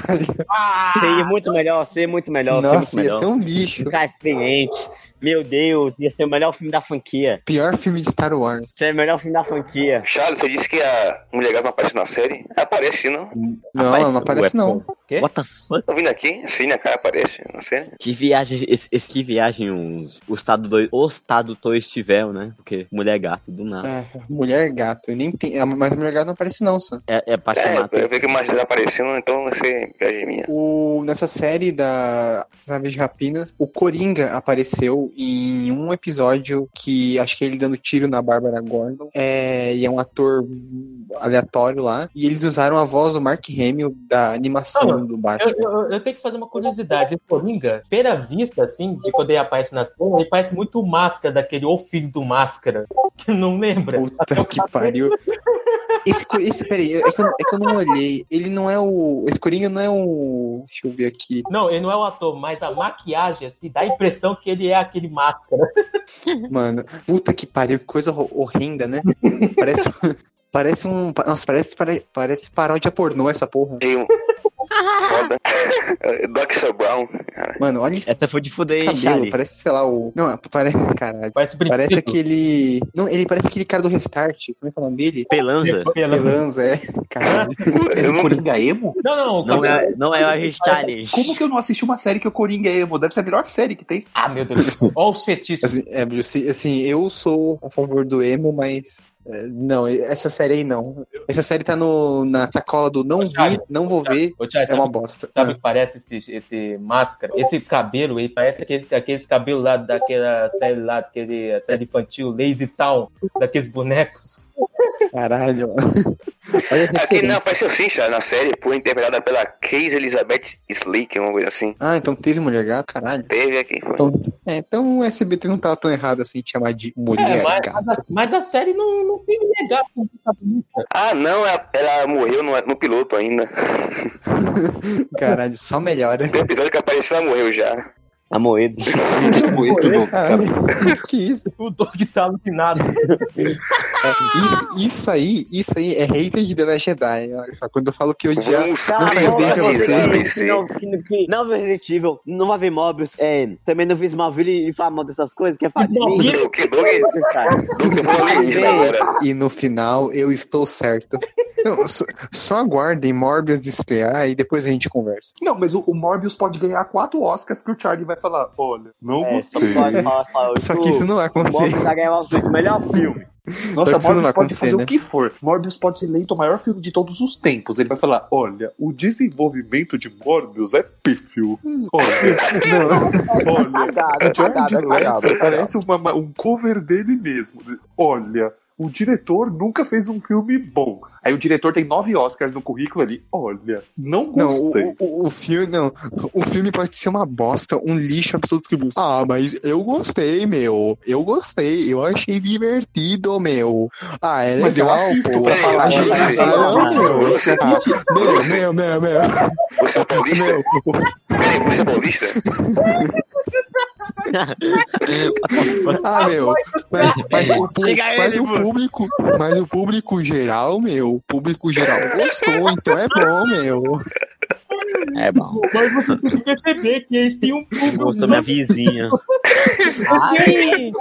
Speaker 3: Seria muito melhor, seria muito melhor, seria muito
Speaker 5: Nossa, ia
Speaker 3: melhor.
Speaker 5: ser um lixo.
Speaker 3: Um cara experiente. Meu Deus, ia ser o melhor filme da franquia.
Speaker 5: Pior filme de Star Wars.
Speaker 3: Seria o melhor filme da franquia.
Speaker 4: Charles, você disse que a mulher gata não aparece na série? Aparece, não?
Speaker 5: Não,
Speaker 3: Rapaz,
Speaker 5: ela não aparece,
Speaker 3: ué,
Speaker 5: não.
Speaker 2: Quê?
Speaker 3: What the fuck?
Speaker 4: Tô vindo aqui, sim, a cara aparece na série.
Speaker 3: Que viagem, esse, esse que viagem os, os tradutores, os tradutores tiveram, né? Porque mulher gato, do nada.
Speaker 5: É, mulher gato. Eu nem tem... Mas a mulher gato não aparece, não, só.
Speaker 3: É, é pra chamar
Speaker 4: É, eu
Speaker 3: atenção.
Speaker 4: vi que mais dele aparecendo, então vai ser viagem minha.
Speaker 5: O... Nessa série da Aves de Rapinas, o Coringa apareceu em um episódio que acho que é ele dando tiro na Bárbara Gordon. É... E é um ator aleatório lá. E eles usaram a voz do Mark Hamill da animação
Speaker 2: Ah,
Speaker 5: do
Speaker 2: Eu,
Speaker 5: Batman.
Speaker 2: eu- eu tenho que fazer uma curiosidade. O Coringa, pela vista, assim, de quando ele aparece na cena, ele parece muito o Máscara, daquele O Filho do Máscara. Que não lembra?
Speaker 5: Puta que pariu. Esse, co- esse peraí, é que, eu, é que eu não olhei. Ele não é o. Esse Coringa não é o. Deixa eu ver aqui.
Speaker 2: Não, ele não é o ator, mas a maquiagem, assim, dá a impressão que ele é aquele Máscara.
Speaker 5: Mano, puta que pariu, que coisa hor- horrenda, né? Parece. Parece um. Nossa, parece, pare- parece paródia pornô essa porra.
Speaker 4: Sim. Foda. doctor Brown. Cara.
Speaker 5: Mano, olha esse
Speaker 3: Essa foi de fuder, hein,
Speaker 5: cabelo,
Speaker 3: Charlie?
Speaker 5: parece, sei lá, o. Não, parece. Caralho.
Speaker 2: Parece brinquedo.
Speaker 5: Parece aquele. Não, ele parece aquele cara do Restart. Como é que é o nome dele?
Speaker 3: Pelanza?
Speaker 5: Pelanza, é. Caralho.
Speaker 4: Eu não...
Speaker 1: Coringa emo?
Speaker 2: Não, não, o
Speaker 3: Não
Speaker 2: cabelo-
Speaker 3: é, não é o Charlie.
Speaker 1: Como que eu não assisti uma série que o Coringa é emo? Deve ser a melhor série que tem.
Speaker 2: Ah, meu Deus. Olha os fetiches.
Speaker 5: Assim, é, assim, assim, eu sou a favor do emo, mas. é, não, essa série aí não. Essa série tá no, na sacola do não vi, não vou ver.
Speaker 2: Ô, Thiago,
Speaker 5: É
Speaker 2: sabe,
Speaker 5: uma bosta.
Speaker 2: sabe o que parece esse, esse Máscara? Esse cabelo, ele parece aquele, aqueles cabelos lá daquela série lá, daquele série infantil, Lazy Town, daqueles bonecos.
Speaker 5: Caralho. Olha a
Speaker 4: Aqui não
Speaker 5: referência.
Speaker 4: apareceu sim, já na série. Foi interpretada pela Casey Elizabeth Slake, uma coisa assim.
Speaker 5: Ah, então teve Mulher Gato, caralho.
Speaker 4: Teve aqui. Foi.
Speaker 5: Então, é, então o S B T não tava tão errado assim de chamar de Mulher
Speaker 2: É, mas,
Speaker 5: Gato.
Speaker 2: mas a, mas a série não, não tem legal.
Speaker 4: Ah, não, ela, ela morreu no, no piloto ainda.
Speaker 5: Caralho, só melhora.
Speaker 4: Tem episódio que apareceu, ela morreu já.
Speaker 3: Amoedo.
Speaker 1: Muito bom, cara.
Speaker 5: Que isso?
Speaker 2: O Doug tá alucinado.
Speaker 5: É, isso? Isso aí, isso aí é hater de The Last Jedi. Olha só, quando eu falo que odiar
Speaker 4: Vamos
Speaker 5: não
Speaker 3: Cara,
Speaker 5: faz
Speaker 3: não,
Speaker 5: bem pra
Speaker 3: você
Speaker 5: você.
Speaker 3: que não, que, que não vê Resident Evil, não vai ver Mobius, é, também não vi Smallville e fala mal dessas coisas, que é fácil de mim.
Speaker 4: O que, Doug?
Speaker 3: Cara.
Speaker 4: Doug, eu vou alienígena agora.
Speaker 5: E no final eu estou certo. Não, só, só aguardem Morbius estrear e depois a gente conversa.
Speaker 1: Não, mas o, o Morbius pode ganhar quatro Oscars que o Charlie vai falar, olha, não
Speaker 3: É,
Speaker 1: gostei.
Speaker 3: você pode falar, fala,
Speaker 5: Só que isso não vai
Speaker 3: o Mobius
Speaker 5: acontecer.
Speaker 3: vai ganhar o melhor filme.
Speaker 1: Nossa,
Speaker 5: Só que isso não
Speaker 1: Morbius
Speaker 5: vai
Speaker 1: pode
Speaker 5: acontecer,
Speaker 1: fazer
Speaker 5: né?
Speaker 1: o que for. Morbius pode ser eleito o maior filme de todos os tempos. Ele vai falar, olha, o desenvolvimento de Morbius é pífio. Olha, olha,
Speaker 3: Cagada,
Speaker 1: o Jared
Speaker 3: cagada,
Speaker 1: Leto
Speaker 3: cagada.
Speaker 1: parece uma- um cover dele mesmo. Olha, o diretor nunca fez um filme bom. Aí o diretor tem nove Oscars no currículo ali. Olha, não
Speaker 5: Não,
Speaker 1: gostei.
Speaker 5: o, o, o filme, não. O filme pode ser uma bosta, um lixo absoluto. Que... Ah, mas eu gostei, meu. Eu gostei. Eu achei divertido, meu. Ah, é legal.
Speaker 1: Mas eu assisto
Speaker 5: pô.
Speaker 1: pra
Speaker 4: Peraí,
Speaker 1: falar.
Speaker 5: A
Speaker 4: você-
Speaker 5: gente-
Speaker 4: você-
Speaker 5: Ah, não, meu.
Speaker 4: você assiste?
Speaker 5: Ah, meu, meu, meu, meu.
Speaker 4: Você é paulista?
Speaker 5: Meu,
Speaker 4: Peraí, você é paulista?
Speaker 5: ah, meu. Mas, mas o, pu-
Speaker 3: Chega
Speaker 5: mas
Speaker 3: ele,
Speaker 5: o
Speaker 3: pô.
Speaker 5: público, mas o público geral, meu. O público geral gostou, então é bom, meu.
Speaker 3: É bom.
Speaker 2: Mas você tem que perceber que eles têm um público.
Speaker 3: Gostou minha vizinha.
Speaker 2: Ai,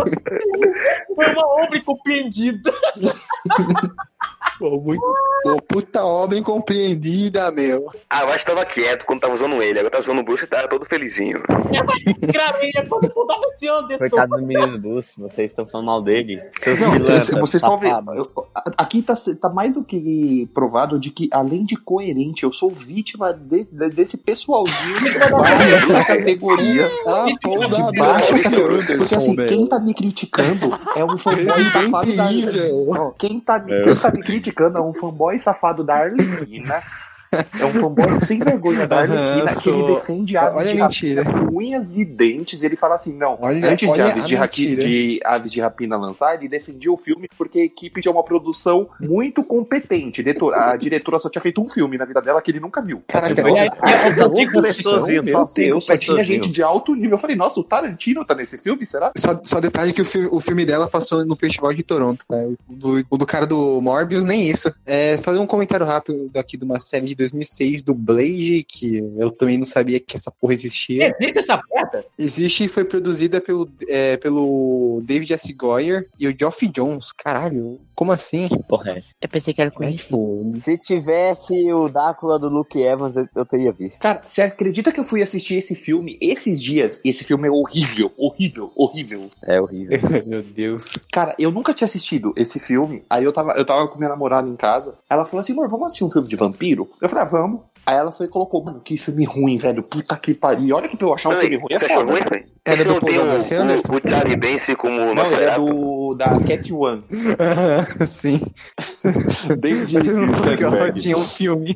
Speaker 2: foi uma obra incompreendida.
Speaker 5: Pô, muito, pô, puta obra incompreendida, meu.
Speaker 4: Ah, eu acho que tava quieto quando tava usando ele. Agora tá usando o Bruce e tá todo felizinho.
Speaker 2: Graveia quando eu tava esse Anderson.
Speaker 3: Coitado do menino Bruce, vocês estão falando mal dele. Seus
Speaker 1: Não,
Speaker 3: pilantras,
Speaker 1: você, você só vê.
Speaker 3: safados.
Speaker 1: eu- a- Aqui tá, tá mais do que provado de que, além de coerente, eu sou vítima de- de- desse pessoalzinho de baixa categoria.
Speaker 5: Ah, pô, da
Speaker 1: De baixa
Speaker 5: Bruce
Speaker 1: categoria.
Speaker 5: Anderson,
Speaker 1: Porque assim,
Speaker 5: meu.
Speaker 1: quem tá me criticando é um fanboy safado da
Speaker 5: Terrível.
Speaker 1: Ó, quem, tá, me- quem tá me criticando é um fanboy safado da Arlequina. É um fanboy sem vergonha da Arlequina,
Speaker 5: Aham,
Speaker 1: que ele
Speaker 5: sou.
Speaker 1: defende aves
Speaker 5: Olha a
Speaker 1: de
Speaker 5: mentira.
Speaker 1: rapina com unhas e dentes. E ele fala assim: não,
Speaker 5: Olha-
Speaker 1: antes de
Speaker 5: olha
Speaker 1: aves
Speaker 5: a
Speaker 1: de, raqui-
Speaker 5: mentira.
Speaker 1: de aves de rapina lançar, ele defendia o filme porque a equipe tinha uma produção muito competente. Diretor- A diretora só tinha feito um filme na vida dela que ele nunca viu.
Speaker 5: Caraca,
Speaker 1: Então,
Speaker 2: E aí,
Speaker 1: a
Speaker 3: só cinco
Speaker 1: produção,
Speaker 3: pessoas viram,
Speaker 1: meu
Speaker 3: só cinco
Speaker 1: Deus, só tinha
Speaker 3: pessoas
Speaker 1: gente
Speaker 3: viram.
Speaker 1: de alto nível. Eu falei, nossa, o Tarantino tá nesse filme, será?
Speaker 5: Só, só detalhe que o filme, o filme dela passou no Festival de Toronto, tá? O do, o do cara do Morbius, nem isso. É, fazer um comentário rápido daqui de uma série de dois mil e seis do Blade, que eu também não sabia que essa porra existia.
Speaker 2: Existe essa merda?
Speaker 5: Existe e foi produzida pelo, é, pelo David S. Goyer e o Geoff Jones. Caralho, como assim?
Speaker 3: Porra, é essa? Eu pensei que era com
Speaker 5: É,
Speaker 3: ele.
Speaker 5: tipo,
Speaker 3: Se tivesse o Drácula do Luke Evans, eu, eu teria visto.
Speaker 1: Cara, você acredita que eu fui assistir esse filme esses dias? Esse filme é horrível, horrível, horrível.
Speaker 3: É horrível.
Speaker 5: meu Deus.
Speaker 1: Cara, eu nunca tinha assistido esse filme. Aí eu tava, eu tava com minha namorada em casa. Ela falou assim, amor, vamos assistir um filme de vampiro? Eu falei, ah, vamos. Aí ela foi e colocou, mano, que filme ruim, velho. Puta que pariu. Olha que pra eu achar um
Speaker 4: Peraí,
Speaker 1: filme ruim é
Speaker 4: você achou
Speaker 1: foda.
Speaker 4: ruim, velho?
Speaker 5: Era
Speaker 4: Esse
Speaker 5: do
Speaker 4: não
Speaker 5: Paul
Speaker 4: tem o,
Speaker 5: Thomas Anderson?
Speaker 4: o, o Charlie Dance como
Speaker 1: Não, ele é
Speaker 4: Nosferatu?
Speaker 1: do, da Cat One.
Speaker 5: Sim.
Speaker 1: David
Speaker 5: Mas eu não sei que ela só
Speaker 1: Sandberg.
Speaker 5: tinha um filme.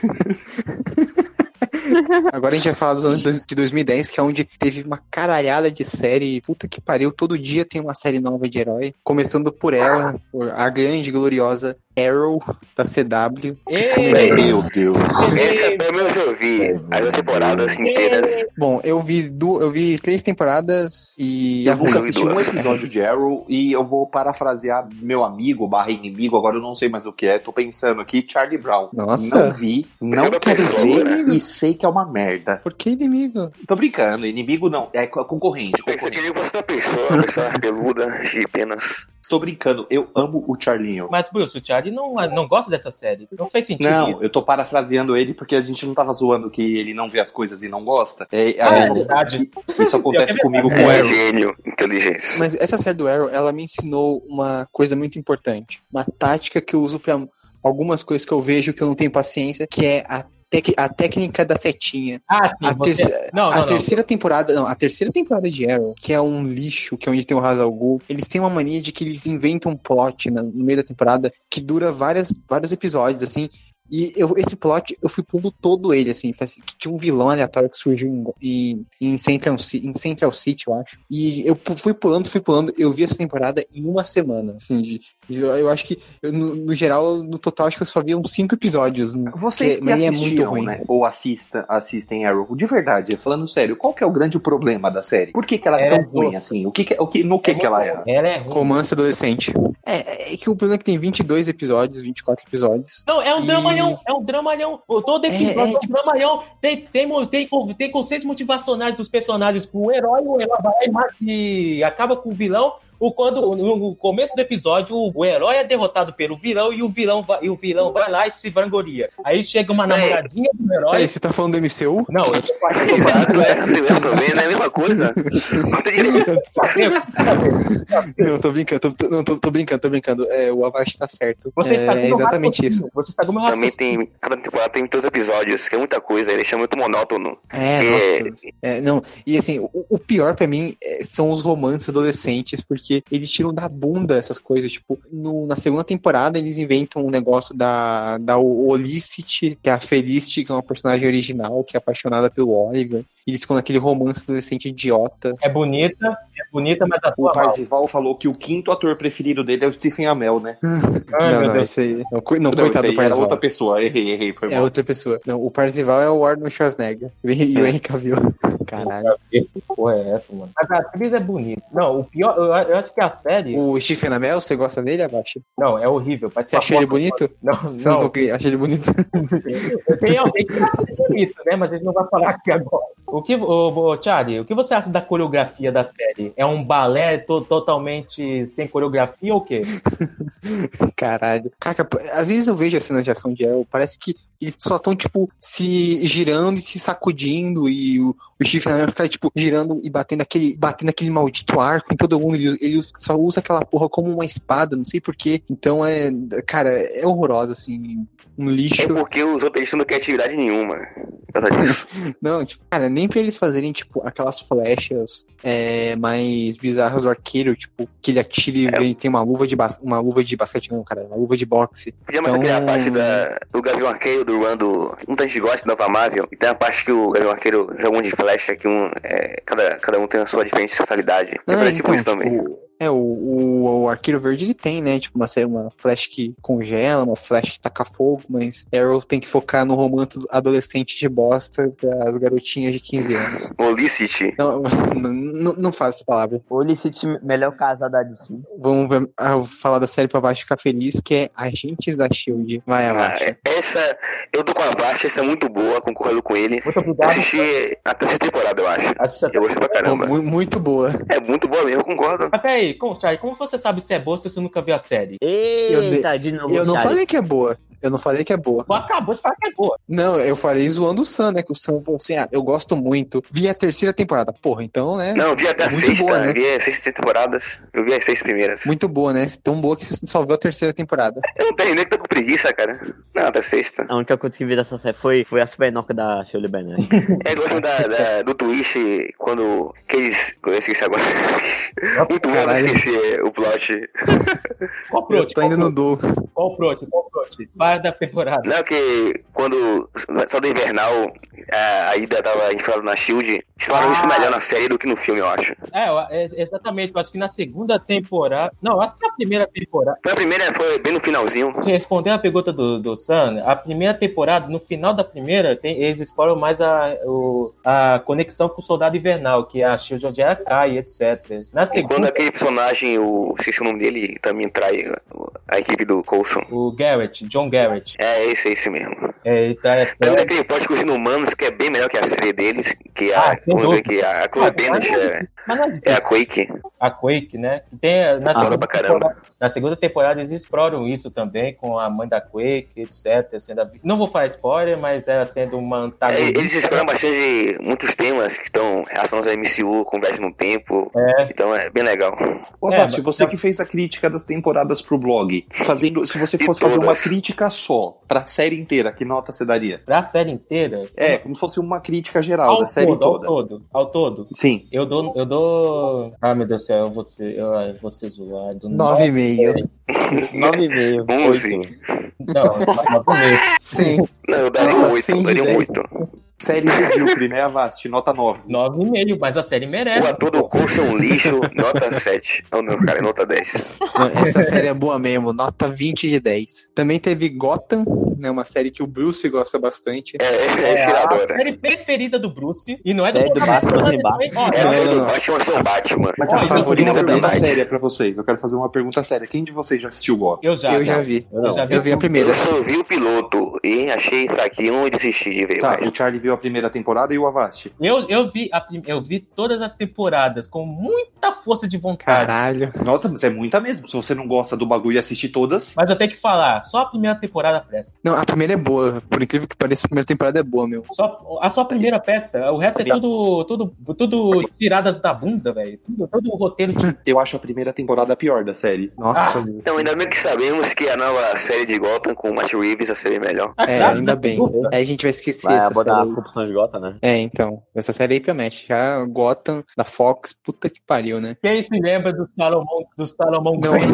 Speaker 5: Agora a gente vai falar dos anos de dois mil e dez, que é onde teve uma caralhada de série. Puta que pariu, todo dia tem uma série nova de herói. Começando por ela, por a grande, gloriosa Arrow, da C W.
Speaker 2: Ei,
Speaker 1: Meu Deus.
Speaker 4: Essa pelo menos eu vi as duas temporadas inteiras.
Speaker 5: Bom, eu vi, du... eu vi três temporadas e...
Speaker 1: Eu nunca
Speaker 4: ruim,
Speaker 1: assisti um
Speaker 4: duas.
Speaker 1: episódio de Arrow e eu vou parafrasear meu amigo barra inimigo, agora eu não sei mais o que é, tô pensando aqui, Charlie Brown.
Speaker 5: Nossa.
Speaker 1: Não vi, não
Speaker 4: Outra
Speaker 1: quero
Speaker 4: pessoa,
Speaker 1: ver
Speaker 4: né?
Speaker 1: e sei que é uma merda.
Speaker 5: Por que inimigo?
Speaker 1: Tô brincando, inimigo não, é co- concorrente,
Speaker 4: Você
Speaker 1: concorrente.
Speaker 4: queria que fosse uma pessoa, uma pessoa peluda, de penas.
Speaker 1: Estou brincando, eu amo o Charlinho.
Speaker 2: Mas, Bruce, o Charlie não, não gosta dessa série. Não fez sentido.
Speaker 1: Não, eu tô parafraseando ele porque a gente não tava zoando que ele não vê as coisas e não gosta. É,
Speaker 2: Ah,
Speaker 1: a-
Speaker 2: é verdade.
Speaker 1: Isso acontece
Speaker 2: É verdade.
Speaker 1: comigo com o
Speaker 4: É
Speaker 1: Arrow.
Speaker 4: gênio, inteligência.
Speaker 5: Mas essa série do Arrow, ela me ensinou uma coisa muito importante. Uma tática que eu uso pra algumas coisas que eu vejo que eu não tenho paciência, que é a, tec- a técnica da setinha.
Speaker 2: Ah, sim.
Speaker 5: A,
Speaker 2: você-
Speaker 5: terceira,
Speaker 2: Não,
Speaker 5: a
Speaker 2: não, não.
Speaker 5: terceira temporada, não, a terceira temporada de Arrow, que é um lixo, que é onde tem o Ra's al Ghul, eles têm uma mania de que eles inventam um plot na- no meio da temporada que dura várias, vários episódios, assim, E eu, esse plot, eu fui pulando todo ele, assim, que tinha um vilão aleatório que surgiu em, em, em, Central, em Central City, eu acho. E eu fui pulando, fui pulando, eu vi essa temporada em uma semana, assim, de, de, eu acho que, eu, no, no geral, no total, acho que eu só vi uns cinco episódios.
Speaker 1: Vocês que, que assistiam, é muito ruim. Né, ou assista, assistem Arrow, de verdade, falando sério, qual que é o grande problema da série? Por que que ela é, é tão ruim, assim? O que que, o que, no que é que ela é?
Speaker 2: Ela é ruim.
Speaker 5: Romance adolescente. É, é que o problema é que tem vinte e dois episódios, vinte e quatro episódios.
Speaker 2: Não, é um
Speaker 5: e...
Speaker 2: dramalhão, é um dramalhão. Todo episódio é, é, é um dramalhão. Tem, tem, tem, tem conceitos motivacionais dos personagens pro herói, o herói vai e acaba com o vilão. O, quando, no começo do episódio, o, o herói é derrotado pelo vilão e o vilão vai, e o vilão vai lá e se vangoria. Aí chega uma namoradinha do herói.
Speaker 5: Peraí, você tá falando do M C U?
Speaker 2: Não, eu tô falando.
Speaker 4: É assim mesmo também, não é a mesma coisa.
Speaker 5: Não, tô brincando, tô, não, tô, tô brincando, tô brincando. É, o Avast tá certo.
Speaker 2: Você está
Speaker 5: é exatamente isso.
Speaker 2: Você está como
Speaker 4: Também tem, cada temporada tem muitos episódios, que é muita coisa, ele chama muito monótono.
Speaker 5: É, e... nossa. É, não, e assim, o, o pior pra mim é, são os romances adolescentes, porque eles tiram da bunda essas coisas, tipo, no, na segunda temporada eles inventam um negócio da, da Olicity, que é a Felicity, que é uma personagem original, que é apaixonada pelo Oliver. Eles ficam naquele romance adolescente idiota.
Speaker 2: É bonita, é bonita, mas a
Speaker 1: O Parzival falou que o quinto ator preferido dele é o Stephen Amell, né?
Speaker 5: Ai, não, meu não, Deus. Isso aí. Não, não, não coitado do Parzival.
Speaker 1: Era outra pessoa, errei, errei, foi mal.
Speaker 5: É outra pessoa. Não, o Parzival é o Arnold Schwarzenegger. E o Henry Cavill. Caralho.
Speaker 2: Que porra é essa, mano? Mas a atriz é bonita. Não, o pior, eu, eu acho que a série...
Speaker 5: O Stephen Amell, você gosta dele, Abaixo?
Speaker 2: Não, é horrível.
Speaker 5: Você acha ele bonito?
Speaker 2: Não,
Speaker 5: você
Speaker 2: não.
Speaker 5: não acha ele bonito?
Speaker 2: Tem alguém que acha ele bonito, né? Mas a gente não vai falar aqui agora. O que, o, o Charlie, o que você acha da coreografia da série? É um balé to- totalmente sem coreografia ou o quê?
Speaker 5: Caralho. Cara, às vezes eu vejo a cena de ação de Arrow, parece que eles só estão, tipo, se girando e se sacudindo, e o, o Stephen Amell fica, tipo, girando e batendo aquele, batendo aquele maldito arco em todo mundo. Ele, ele só usa aquela porra como uma espada, não sei porquê. Então é, cara, é horroroso, assim, um lixo.
Speaker 4: É porque os roteiristas não querem atividade nenhuma.
Speaker 5: Não, tipo, cara, nem pra eles fazerem, tipo, aquelas flechas é, mais bizarras do arqueiro, tipo, que ele atira e é. tem uma luva de bas- uma luva de basquete, não, cara, uma luva de boxe.
Speaker 4: Podia mais então... aquela parte da, do Gavião Arqueiro, do run do... Muita gente gosta do Nova Marvel, e tem a parte que o Gavião Arqueiro joga um de flecha, que um, é, cada, cada um tem a sua diferente sensualidade.
Speaker 5: Ah,
Speaker 4: é
Speaker 5: então,
Speaker 4: tipo isso
Speaker 5: tipo,
Speaker 4: também.
Speaker 5: É, o, o, o Arqueiro Verde, ele tem, né, tipo, uma, uma flash que congela, uma flash que taca fogo, mas Arrow tem que focar no romance adolescente de bosta das garotinhas de quinze anos.
Speaker 4: Olicity.
Speaker 5: Não, não, não, não fala essa palavra.
Speaker 3: Olicity, melhor casada de si.
Speaker 5: Vamos ver, ah, falar da série pra Vasti ficar feliz, que é Agentes da Shield. Vai,
Speaker 4: ah,
Speaker 5: Vasti.
Speaker 4: Essa, eu tô com a Vasti, essa é muito boa, concordo com ele.
Speaker 2: Muito obrigado.
Speaker 4: Assisti a terceira temporada, eu acho. Assista eu gostei pra caramba.
Speaker 5: Oh, muito boa.
Speaker 4: É muito boa mesmo, eu concordo.
Speaker 2: Mas peraí, como, Charlie, como você sabe se é boa se você nunca viu a série?
Speaker 3: Eita,
Speaker 5: eu,
Speaker 3: de novo,
Speaker 5: Eu não
Speaker 3: Charlie.
Speaker 5: falei que é boa. Eu não falei que é boa.
Speaker 2: Tu acabou de falar que é boa.
Speaker 5: Não, eu falei zoando o Sam, né? Que o Sam falou assim, ah, eu gosto muito. Vi a terceira temporada. Porra, então, né?
Speaker 4: Não, vi até a
Speaker 5: muito
Speaker 4: sexta,
Speaker 5: boa, né?
Speaker 4: vi as seis temporadas. Eu vi as seis primeiras.
Speaker 5: Muito boa, né? Tão boa que você só viu a terceira temporada.
Speaker 4: Eu não terminei que tô com preguiça, cara. Não, até sexta.
Speaker 3: A única coisa que vi dessa série foi, foi a Supernoca da Shirley Bernard.
Speaker 4: É, gosto da, da, do twist quando que eles... Eu esqueci agora. Muito bom, eu esqueci o plot.
Speaker 2: Qual plot?
Speaker 5: Eu tô indo no do.
Speaker 2: Qual plot? Qual plot? Vai da temporada.
Speaker 4: Não, que quando só do Invernal a, a Ida tava enfiada na Shield, exploraram ah. isso melhor na série do que no filme, eu acho.
Speaker 2: É, é, exatamente. Eu acho que na segunda temporada... Não, eu acho que na primeira temporada...
Speaker 4: Foi a primeira, foi bem no finalzinho.
Speaker 2: Você respondeu a pergunta do, do Sam, a primeira temporada, no final da primeira, tem, eles exploram mais a, o, a conexão com o Soldado Invernal, que é a Shield onde ela cai, etcétera. Na segunda...
Speaker 4: E quando aquele personagem, o esqueci o nome dele, também trai a equipe do Coulson.
Speaker 2: O Garrett, John Garrett.
Speaker 4: É, esse, esse mesmo.
Speaker 2: É, ele trai...
Speaker 4: Também daquele plot com os inumanos, que é bem melhor que a série deles, que a, ah, que a, a Chloe Bennett é, é a Quake.
Speaker 2: A Quake, né? Tem, na,
Speaker 4: segunda pra caramba.
Speaker 2: na segunda temporada eles exploram isso também, com a mãe da Quake, etcétera. Sendo a... Não vou falar spoiler, mas ela sendo uma antagonista.
Speaker 4: É, eles exploram bastante muitos temas que estão relacionados ao M C U, com viagem no tempo. É. Então é bem legal.
Speaker 1: Ô,
Speaker 2: é,
Speaker 1: Vasti, você que fez a crítica das temporadas pro blog, fazendo, se você fosse fazer uma crítica só, pra série inteira, que nota você daria?
Speaker 2: Pra série inteira?
Speaker 1: É, como se fosse uma crítica geral
Speaker 2: ao
Speaker 1: da série
Speaker 2: todo,
Speaker 1: toda.
Speaker 2: Ao todo, ao todo.
Speaker 1: Sim.
Speaker 2: Eu dou, eu dou... Ah, meu Deus do Nossa, eu vou ser, eu, eu vou ser zoado.
Speaker 5: nove e meio.
Speaker 3: nove e meio.
Speaker 4: onze.
Speaker 2: Não, nove e meio.
Speaker 5: Sim.
Speaker 4: Não, eu daria
Speaker 5: Nota
Speaker 4: um oito,
Speaker 5: cem
Speaker 4: eu
Speaker 5: de
Speaker 4: daria um
Speaker 5: dez.
Speaker 4: oito.
Speaker 1: Série medíocre, né, Avast? Nota nove.
Speaker 2: nove e meio, mas a série
Speaker 4: O
Speaker 2: merece.
Speaker 4: ator do curso é um lixo, nota sete. Oh, não, cara, é nota dez.
Speaker 5: Não, essa série é boa mesmo, nota vinte de dez. Também teve Gotham, né, uma série que o Bruce gosta bastante.
Speaker 4: É, é,
Speaker 2: É
Speaker 4: é
Speaker 2: a
Speaker 4: adora.
Speaker 2: série preferida do Bruce. E não é do
Speaker 3: Série do Batman sem Batman.
Speaker 2: Ó,
Speaker 4: É a
Speaker 5: Não,
Speaker 4: série
Speaker 5: não,
Speaker 4: do
Speaker 5: não.
Speaker 4: Batman sem o Batman.
Speaker 1: Mas
Speaker 2: Ó,
Speaker 1: a
Speaker 2: então,
Speaker 1: favorita
Speaker 5: favorita
Speaker 1: pergunta
Speaker 4: deles.
Speaker 1: séria pra vocês. Eu quero fazer uma pergunta séria. Quem de vocês já assistiu Gotham?
Speaker 2: Eu já.
Speaker 5: Eu já vi.
Speaker 3: Eu não.
Speaker 2: já
Speaker 5: Eu vi a
Speaker 2: tudo.
Speaker 5: primeira.
Speaker 4: Eu só vi o piloto e achei fraquinho e desisti de ver
Speaker 1: Tá,
Speaker 4: mais.
Speaker 1: o Charlie viu a primeira temporada e o Avast.
Speaker 2: Eu, eu, vi a, prim- eu vi todas as temporadas com muita força de vontade.
Speaker 5: Caralho.
Speaker 1: Nossa, mas é muita mesmo. Se você não gosta do bagulho e assistir todas.
Speaker 2: Mas eu tenho que falar, só a primeira temporada presta.
Speaker 5: Não, a primeira é boa. Por incrível que pareça, a primeira temporada é boa, meu.
Speaker 2: Só, a só a primeira presta. O resto é tudo, tudo, tudo tiradas da bunda, velho. Tudo, todo o roteiro de.
Speaker 1: Eu acho a primeira temporada a pior da série.
Speaker 5: Nossa,
Speaker 2: Ah,
Speaker 5: meu.
Speaker 4: Então, ainda bem que sabemos que a nova série de Gotham com o Matt Reeves vai ser melhor.
Speaker 2: Ah,
Speaker 5: É,
Speaker 2: claro,
Speaker 5: ainda
Speaker 2: né?
Speaker 5: bem. Aí a gente vai esquecer
Speaker 3: Vai
Speaker 5: essa
Speaker 3: botar
Speaker 5: série
Speaker 3: a
Speaker 5: aí.
Speaker 3: corrupção de Gota, né?
Speaker 5: É, então. Essa série aí promete. Já Gotham, da Fox, puta que pariu, né?
Speaker 2: Quem se lembra do Salomão, do Salomão
Speaker 5: Não,
Speaker 2: Grant?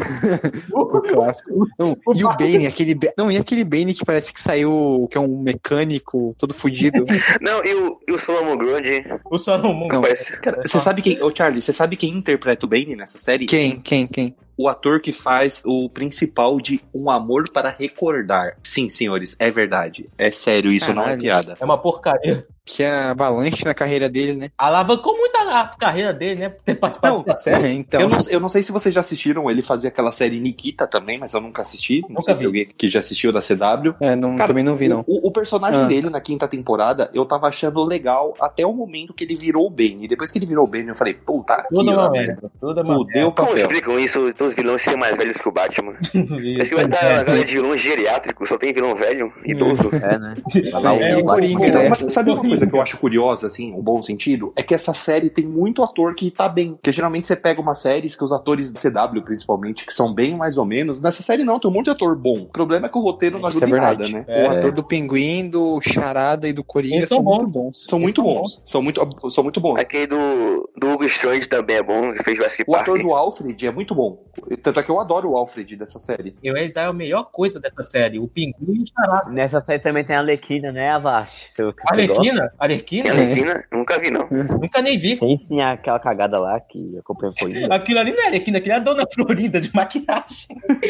Speaker 5: o clássico. Não, e o Bane, aquele. Ba- Não, e aquele Bane que parece que saiu, que é um mecânico todo fudido.
Speaker 4: Não, e o, e o Solomon Grundy
Speaker 2: O Salomão
Speaker 5: Não.
Speaker 4: parece...
Speaker 1: Cara, você sabe quem. Ô, Charlie, você sabe quem interpreta o Bane nessa série?
Speaker 5: Quem? Quem? Quem?
Speaker 1: O ator que faz o principal de Um Amor para Recordar. Sim, senhores, é verdade. É sério, isso não é
Speaker 5: Caralho.
Speaker 1: piada.
Speaker 2: É uma porcaria.
Speaker 5: Que é avalanche na carreira dele, né?
Speaker 2: Alavancou muito a, a carreira dele, né? Por ter participado
Speaker 1: Não,
Speaker 2: dessa série.
Speaker 5: É, então.
Speaker 1: Eu não, eu não sei se vocês já assistiram, ele fazia aquela série Nikita também, mas eu nunca assisti. Não
Speaker 2: Nunca
Speaker 1: sei
Speaker 2: vi.
Speaker 1: se alguém que já assistiu da C W.
Speaker 5: É, não,
Speaker 1: Cara,
Speaker 5: também não vi, não.
Speaker 1: O, o personagem
Speaker 5: Ah.
Speaker 1: dele na quinta temporada, eu tava achando legal até o momento que ele virou o Bane. Depois que ele virou o Bane, eu falei, puta, aqui,
Speaker 2: Tudo é
Speaker 1: ó,
Speaker 2: uma
Speaker 1: velho.
Speaker 2: merda. Tudo é uma
Speaker 1: Fudeu o
Speaker 4: Como
Speaker 1: papel.
Speaker 4: explicam isso, os vilões serem mais velhos que o Batman?
Speaker 2: merda.
Speaker 4: Esse vai estar na galera de vilões geriátricos, só tem vilão velho, idoso.
Speaker 3: É, né? Vai dar
Speaker 5: É,
Speaker 3: um
Speaker 5: aquele
Speaker 3: Batman.
Speaker 5: Coringa,
Speaker 1: Então,
Speaker 5: né?
Speaker 1: mas sabe uma coisa que eu acho curiosa, assim, um bom sentido? É que essa série tem muito ator que tá bem. Porque geralmente você pega umas séries que os atores da C W, principalmente, que são bem mais ou menos. Nessa série não, tem um monte de ator bom. O problema é que o roteiro não
Speaker 5: Isso
Speaker 1: ajuda
Speaker 5: é
Speaker 1: em nada,
Speaker 5: verdade.
Speaker 1: né?
Speaker 2: É.
Speaker 5: O ator do Pinguim, do Charada e do Coringa
Speaker 2: Eles
Speaker 5: são,
Speaker 2: são
Speaker 5: muito
Speaker 2: bons.
Speaker 5: bons.
Speaker 1: São muito
Speaker 2: São
Speaker 1: bons. São muito, são muito bons.
Speaker 4: Aquele do, do Hugo Strange também é bom, que fez Jurassic
Speaker 1: O
Speaker 4: Park.
Speaker 1: ator do Alfred é muito bom. Tanto é que eu adoro o Alfred dessa série.
Speaker 2: Eu é a melhor coisa dessa série. O Pinguim e o Charada.
Speaker 3: Nessa série também tem a Arlequina, né, Avast? Você, você gosta?
Speaker 2: Arlequina?
Speaker 4: Tem
Speaker 2: Arlequina?
Speaker 4: a Arlequina? Nunca vi, não.
Speaker 2: Nunca nem vi.
Speaker 3: Tem sim aquela cagada lá que acompanha o Coringa.
Speaker 2: Aquilo ali não é Arlequina, aquilo é a Dona Florinda de maquiagem.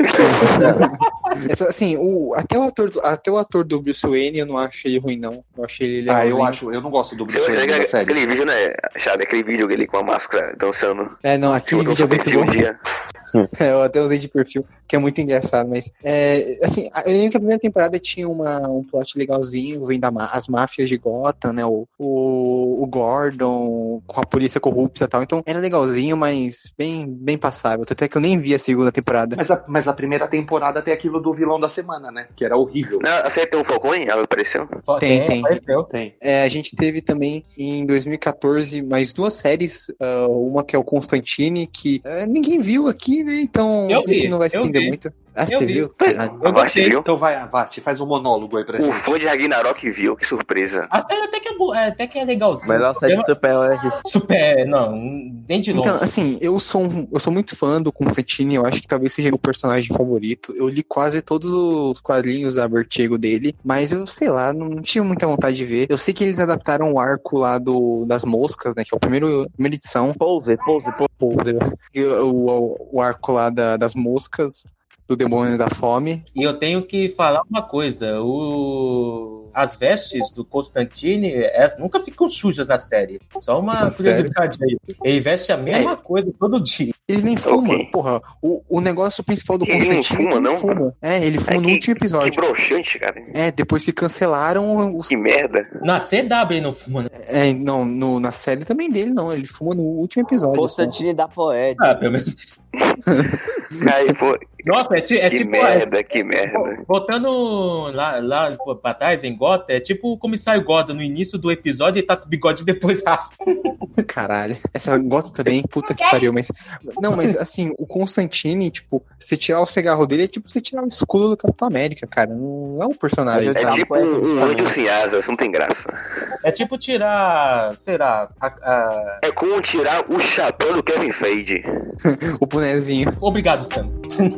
Speaker 5: Essa, assim, o, até, o ator, do- até o ator do Bruce Wayne eu não acho ele ruim, não. Eu achei ele
Speaker 1: Ah, eu
Speaker 5: legalzinho.
Speaker 1: acho, eu não gosto do
Speaker 4: Você
Speaker 1: Bruce Wayne
Speaker 4: aquele,
Speaker 1: da série.
Speaker 4: aquele vídeo, né, Chave? Aquele vídeo dele com a máscara dançando.
Speaker 5: É, não, aquele
Speaker 4: Botou
Speaker 5: vídeo é
Speaker 4: seu
Speaker 5: muito
Speaker 4: perfil
Speaker 5: bom.
Speaker 4: um dia.
Speaker 5: É, eu até usei de perfil, que é muito engraçado, mas é, assim, eu lembro que a primeira temporada tinha uma, um plot legalzinho, vendo a ma- as máfias de Gotham, né, o, o, o Gordon com a polícia corrupta e tal, então era legalzinho, mas bem, bem passável, até que eu nem vi a segunda temporada.
Speaker 1: Mas a, mas a primeira temporada tem aquilo do vilão da semana, né? Que era horrível.
Speaker 4: Não, a série tem um Falcone? Ela apareceu?
Speaker 5: Tem, tem.
Speaker 2: Apareceu.
Speaker 1: Tem.
Speaker 5: É, a gente teve também em dois mil e quatorze mais duas séries, ah, uma que é o Constantine, que ah, ninguém viu aqui, né, então
Speaker 2: Eu
Speaker 5: a gente
Speaker 2: vi,
Speaker 5: não vai se
Speaker 2: eu
Speaker 5: estender
Speaker 2: vi.
Speaker 5: muito. Ah,
Speaker 2: Eu
Speaker 5: você
Speaker 2: vi.
Speaker 5: viu?
Speaker 4: Eu
Speaker 5: Ah,
Speaker 2: Eu
Speaker 4: Avast,
Speaker 2: gostei.
Speaker 4: viu?
Speaker 1: Então vai, Avast, faz um monólogo aí pra
Speaker 4: O
Speaker 1: gente.
Speaker 4: fã de Ragnarok viu, que surpresa.
Speaker 2: A série até que é, boa, é, até que é legalzinha.
Speaker 3: Melhor série de super-heróis de
Speaker 2: Super, não, nem de longe.
Speaker 5: Então, assim, eu sou, um- eu sou muito fã do Constantine, eu acho que talvez seja meu personagem favorito. Eu li quase todos os quadrinhos da Vertigo dele, mas eu, sei lá, não tive muita vontade de ver. Eu sei que eles adaptaram o arco lá do, das moscas, né, que é o primeiro, a primeira edição.
Speaker 3: Pose, pose, pose.
Speaker 5: Poser. E O, o, o arco lá da- das moscas, do demônio da fome.
Speaker 2: E eu tenho que falar uma coisa: o... as vestes do Constantine elas nunca ficam sujas na série. Só uma
Speaker 5: Sério?
Speaker 2: curiosidade aí. Ele veste a mesma coisa todo dia.
Speaker 5: Ele nem fuma,
Speaker 4: Ok.
Speaker 5: porra. O, o negócio principal do
Speaker 4: Ele não
Speaker 5: Constantine
Speaker 4: fuma,
Speaker 5: é que ele
Speaker 4: não?
Speaker 5: fuma. É, ele fuma
Speaker 4: É
Speaker 5: no
Speaker 4: que-
Speaker 5: último
Speaker 4: Que
Speaker 5: episódio.
Speaker 4: broxante, cara.
Speaker 5: É, depois que cancelaram os.
Speaker 4: Que merda.
Speaker 2: Na C W ele não fuma, né?
Speaker 5: É, não, no, na série também dele, não. Ele fuma no último episódio. só.
Speaker 3: Constantine da Poed.
Speaker 2: Ah, pelo menos.
Speaker 4: Aí, pô,
Speaker 2: Nossa, é, ti- é
Speaker 4: que
Speaker 2: tipo.
Speaker 4: merda, que merda.
Speaker 2: Voltando lá, lá pra trás em Gotham, é tipo o comissário Gordon no início do episódio e tá com o bigode e depois raspa.
Speaker 5: Caralho. Essa gosta também, puta que pariu, mas. Não, mas assim, o Constantine, tipo, você tirar o cigarro dele é tipo você tirar o escudo do Capitão América, cara. Não é um personagem,
Speaker 3: Mas
Speaker 4: É
Speaker 5: sabe?
Speaker 4: tipo um, um anjo sem asas, não tem graça.
Speaker 2: É tipo tirar, sei lá, a, a...
Speaker 4: É como tirar o chapéu do Kevin Feige.
Speaker 5: O bonezinho.
Speaker 2: Obrigado, Sam.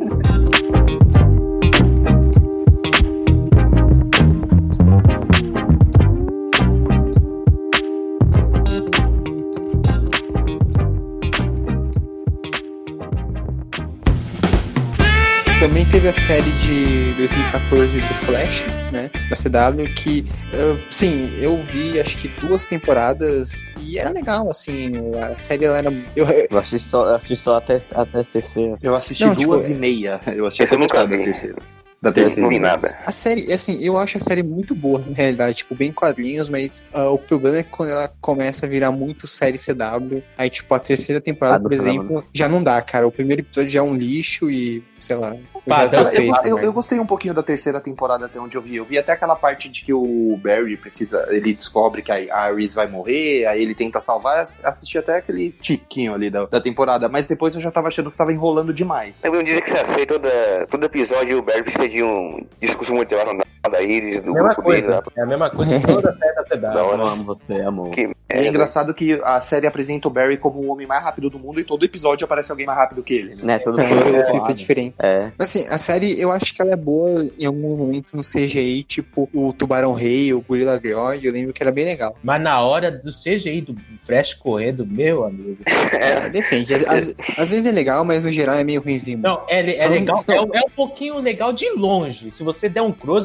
Speaker 5: Também teve a série de dois mil e quatorze do Flash, né, da C W, que, uh, sim, eu vi acho que duas temporadas e era legal, assim, a série ela era... Eu,
Speaker 3: eu assisti só, eu assisti só até, até a terceira.
Speaker 1: Eu assisti
Speaker 5: Não,
Speaker 1: duas
Speaker 5: tipo,
Speaker 1: e meia, eu assisti
Speaker 4: essa
Speaker 1: até
Speaker 4: eu nunca
Speaker 1: metade da
Speaker 4: vi.
Speaker 1: terceira. Da
Speaker 4: Eu
Speaker 1: terceira.
Speaker 4: não vi nada.
Speaker 5: A série, assim, eu acho a série muito boa, na realidade, tipo, bem quadrinhos, mas uh, o problema é que quando ela começa a virar muito série C W, aí, tipo, a terceira temporada,
Speaker 3: Ah,
Speaker 5: por
Speaker 3: não,
Speaker 5: exemplo,
Speaker 3: não.
Speaker 5: já não dá, cara. O primeiro episódio já é um lixo e, sei lá... eu
Speaker 2: Pá,
Speaker 5: já
Speaker 2: então,
Speaker 5: cansei
Speaker 1: Eu,
Speaker 5: dessa
Speaker 1: eu,
Speaker 5: merda.
Speaker 1: eu gostei um pouquinho da terceira temporada até onde eu vi. Eu vi até aquela parte de que o Barry precisa. Ele descobre que a Iris vai morrer, aí ele tenta salvar. Assisti até aquele tiquinho ali da, da temporada, mas depois eu já tava achando que tava enrolando demais.
Speaker 4: Eu vi um dia que você aceita toda, todo episódio o Barry precisa de um discurso motivacional da Iris, do
Speaker 2: Mesma
Speaker 4: grupo dele
Speaker 2: coisa.
Speaker 4: lá.
Speaker 2: É a mesma coisa que toda a série da C
Speaker 4: Da
Speaker 2: W.
Speaker 4: hora.
Speaker 3: Eu amo você, amor.
Speaker 4: Que
Speaker 1: É,
Speaker 4: é,
Speaker 1: engraçado que a série apresenta o Barry como o homem mais rápido do mundo e todo episódio aparece alguém mais rápido que ele. Né?
Speaker 3: Né, todo
Speaker 5: É,
Speaker 3: mundo
Speaker 5: o velocista é diferente.
Speaker 3: É.
Speaker 5: Assim, a série, eu acho que ela é boa em alguns momentos no C G I, tipo o Tubarão Rei, o Gorila Grodd, eu lembro que era bem legal.
Speaker 2: Mas na hora do C G I do Flash correndo, meu amigo.
Speaker 5: É, depende. Às, às vezes é legal, mas no geral é meio ruimzinho.
Speaker 2: Não, é, é
Speaker 5: Falando-
Speaker 2: legal, é, um- é um pouquinho legal de longe. Se você der um close,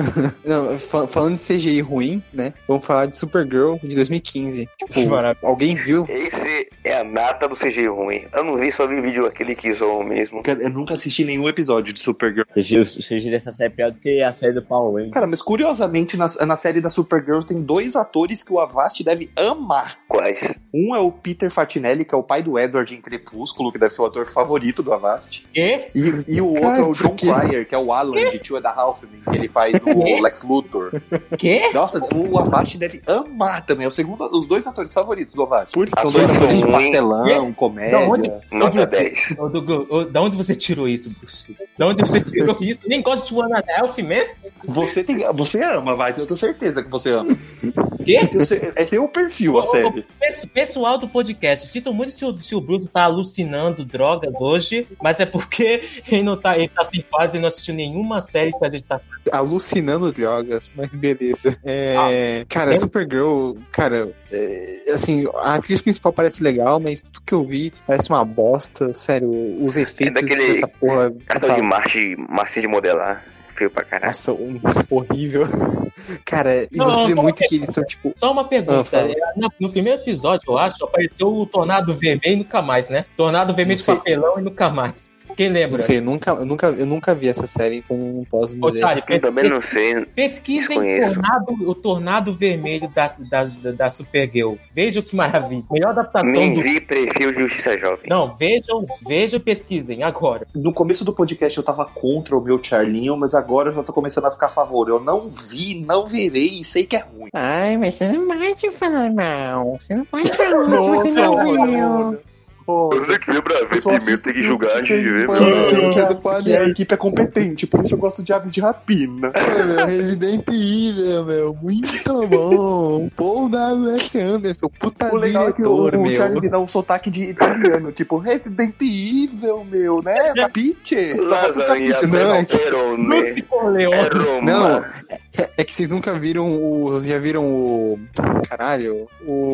Speaker 5: Não, fa- falando de C G I ruim, né? Vamos falar de Supergirl de dois mil e quinze. Tipo,
Speaker 2: Maravilha.
Speaker 5: alguém viu?
Speaker 4: Esse é a nata do C G ruim. Eu não vi, só vi vídeo aquele que zoam mesmo.
Speaker 1: Eu nunca assisti nenhum episódio de Supergirl.
Speaker 3: O C G dessa série é pior do que a série do Power Rangers.
Speaker 1: Cara, mas curiosamente na, na série da Supergirl tem dois atores que o Avast deve amar.
Speaker 4: Quais?
Speaker 1: Um é o Peter Fatinelli, que é o pai do Edward em Crepúsculo, que deve ser o ator favorito do Avast.
Speaker 2: e
Speaker 1: E, e o
Speaker 5: Cara,
Speaker 1: outro é o
Speaker 5: por
Speaker 1: John
Speaker 5: quê?
Speaker 1: Cryer, que é o Alan de Two and a Half Men, que ele faz o Lex Luthor.
Speaker 2: quê?
Speaker 1: Nossa, o Avast deve amar também. É o segundo, os dois atores favoritos do Avast.
Speaker 5: Por
Speaker 1: São
Speaker 4: A
Speaker 1: dois atores de
Speaker 4: Supergirl
Speaker 1: pastelão, comédia.
Speaker 2: Da onde?
Speaker 4: Nota dez.
Speaker 2: Ô, Dugu, ô, da onde você tirou isso, Bruce? Da onde você tirou isso? Nem gosta de One Elf, man?
Speaker 1: Você, tem, você ama, vai, eu tenho certeza que você ama.
Speaker 2: Quê?
Speaker 1: É seu perfil, a
Speaker 2: Ô, ô,
Speaker 1: série.
Speaker 2: pesso- Pessoal do podcast, sinto muito se o, se o Bruce tá alucinando drogas hoje, mas é porque ele não tá, ele tá sem fase e não assistiu nenhuma série que a gente tá.
Speaker 5: Alucinando drogas, mas beleza. É, cara,
Speaker 2: eu-
Speaker 5: Supergirl, cara, é, assim, a atriz principal parece legal, mas tudo que eu vi parece uma bosta. Sério, os efeitos
Speaker 4: daquele
Speaker 5: dessa porra.
Speaker 4: Castelo de Marte, massinha de modelar. Feio pra caralho.
Speaker 5: Nossa, um, horrível. Cara, e
Speaker 2: Não,
Speaker 5: você vê
Speaker 2: não,
Speaker 5: muito
Speaker 2: não,
Speaker 5: que eles são tipo.
Speaker 2: Só uma
Speaker 5: Ah,
Speaker 2: pergunta.
Speaker 5: fala.
Speaker 2: É, no, no primeiro episódio, eu acho, apareceu o Tornado Vermelho e nunca mais, né? Tornado Vermelho de
Speaker 5: Não sei.
Speaker 2: papelão e nunca mais. Quem
Speaker 5: Não
Speaker 2: lembra?
Speaker 5: sei, eu nunca, eu, nunca, eu nunca vi essa série, então não posso dizer.
Speaker 2: Otário,
Speaker 4: Eu também não sei.
Speaker 2: pesquisem
Speaker 4: Desconheço.
Speaker 2: tornado, o Tornado Vermelho da, da, da, da Supergirl. Vejam que maravilha. Melhor adaptação
Speaker 4: Nem
Speaker 2: do...
Speaker 4: vi perfil de Justiça Jovem.
Speaker 2: Não, vejam, vejam e pesquisem agora.
Speaker 1: No começo do podcast eu tava contra o meu Charlinho, mas agora eu já tô começando a ficar a favor. Eu não vi, não verei e sei que é ruim.
Speaker 5: Ai, mas você não pode falar mal. Você não pode falar mal se você não viu.
Speaker 1: Oh,
Speaker 4: sei que ver pra ver
Speaker 1: eu só assisto
Speaker 4: tem que
Speaker 1: filme
Speaker 4: julgar antes de ver,
Speaker 1: tem-
Speaker 4: meu.
Speaker 1: que- que-
Speaker 5: Você
Speaker 1: que-
Speaker 5: não pode-
Speaker 1: que a equipe é competente, por isso eu gosto de Aves de Rapina.
Speaker 5: Olha, meu, Resident Evil, meu, muito bom. Paul W S. Anderson, puta
Speaker 1: O legal é que o,
Speaker 5: diretor,
Speaker 1: o
Speaker 5: meu.
Speaker 1: Charlie me dá um sotaque de italiano, tipo Resident Evil, meu, né? Capiche? Só falta o
Speaker 4: Lasanha,
Speaker 1: capiche,
Speaker 5: não,
Speaker 1: né?
Speaker 5: é que-
Speaker 4: Perone,
Speaker 2: Corleone.
Speaker 4: é Roma.
Speaker 5: Não, é, é que vocês nunca viram o... Já viram o... Caralho,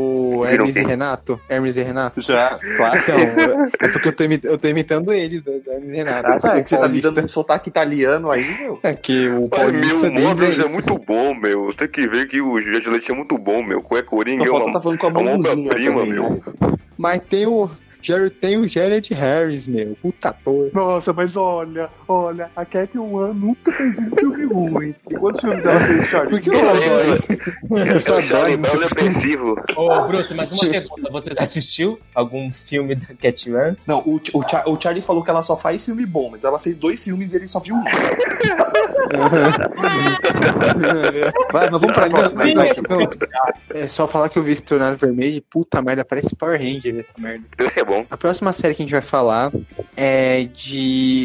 Speaker 5: o
Speaker 4: Viram
Speaker 5: Hermes
Speaker 4: o
Speaker 5: e
Speaker 4: quê?
Speaker 5: Renato? Hermes e Renato?
Speaker 1: Já, claro.
Speaker 5: Então, é porque eu tô, imi- eu tô imitando eles, o Hermes e Renato.
Speaker 1: Ah, tá, é que você tá me
Speaker 5: Paulista.
Speaker 1: dando um sotaque italiano aí, meu.
Speaker 5: É que o
Speaker 4: Ai,
Speaker 5: paulista
Speaker 4: meu,
Speaker 5: deles é
Speaker 4: Móveis é
Speaker 5: isso.
Speaker 4: muito bom, meu. Você tem que ver que o Gigante de Leite é muito bom, meu. Qual é Coringa?
Speaker 1: Só
Speaker 4: É
Speaker 1: falta
Speaker 4: uma,
Speaker 1: tá falando com a
Speaker 4: é uma
Speaker 1: mãozinha
Speaker 4: obra-prima,
Speaker 1: também,
Speaker 4: meu.
Speaker 1: né?
Speaker 5: Mas tem o... Jared, tem o Jared Harris, meu. Puta ator.
Speaker 1: Nossa, mas olha, olha, a Cat One nunca fez um filme ruim. E quantos filmes ela fez, Charlie?
Speaker 5: Por que eu adoro? Eu só
Speaker 4: É o Charlie
Speaker 5: adoro
Speaker 4: Brown
Speaker 5: esse filme.
Speaker 4: depressivo.
Speaker 2: Ô, Bruce, mais uma pergunta. Você assistiu algum filme da Cat Run?
Speaker 1: Não, o, o, Char- o Charlie falou que ela só faz filme bom, mas ela fez dois filmes e ele só viu um. Vai, mas vamos pra próxima.
Speaker 2: Sim,
Speaker 1: Vai,
Speaker 2: é-
Speaker 1: tipo,
Speaker 5: É só falar que eu vi esse Tornado Vermelho e puta merda, parece Power Ranger essa merda.
Speaker 4: Deve ser bom.
Speaker 5: A próxima série que a gente vai falar é de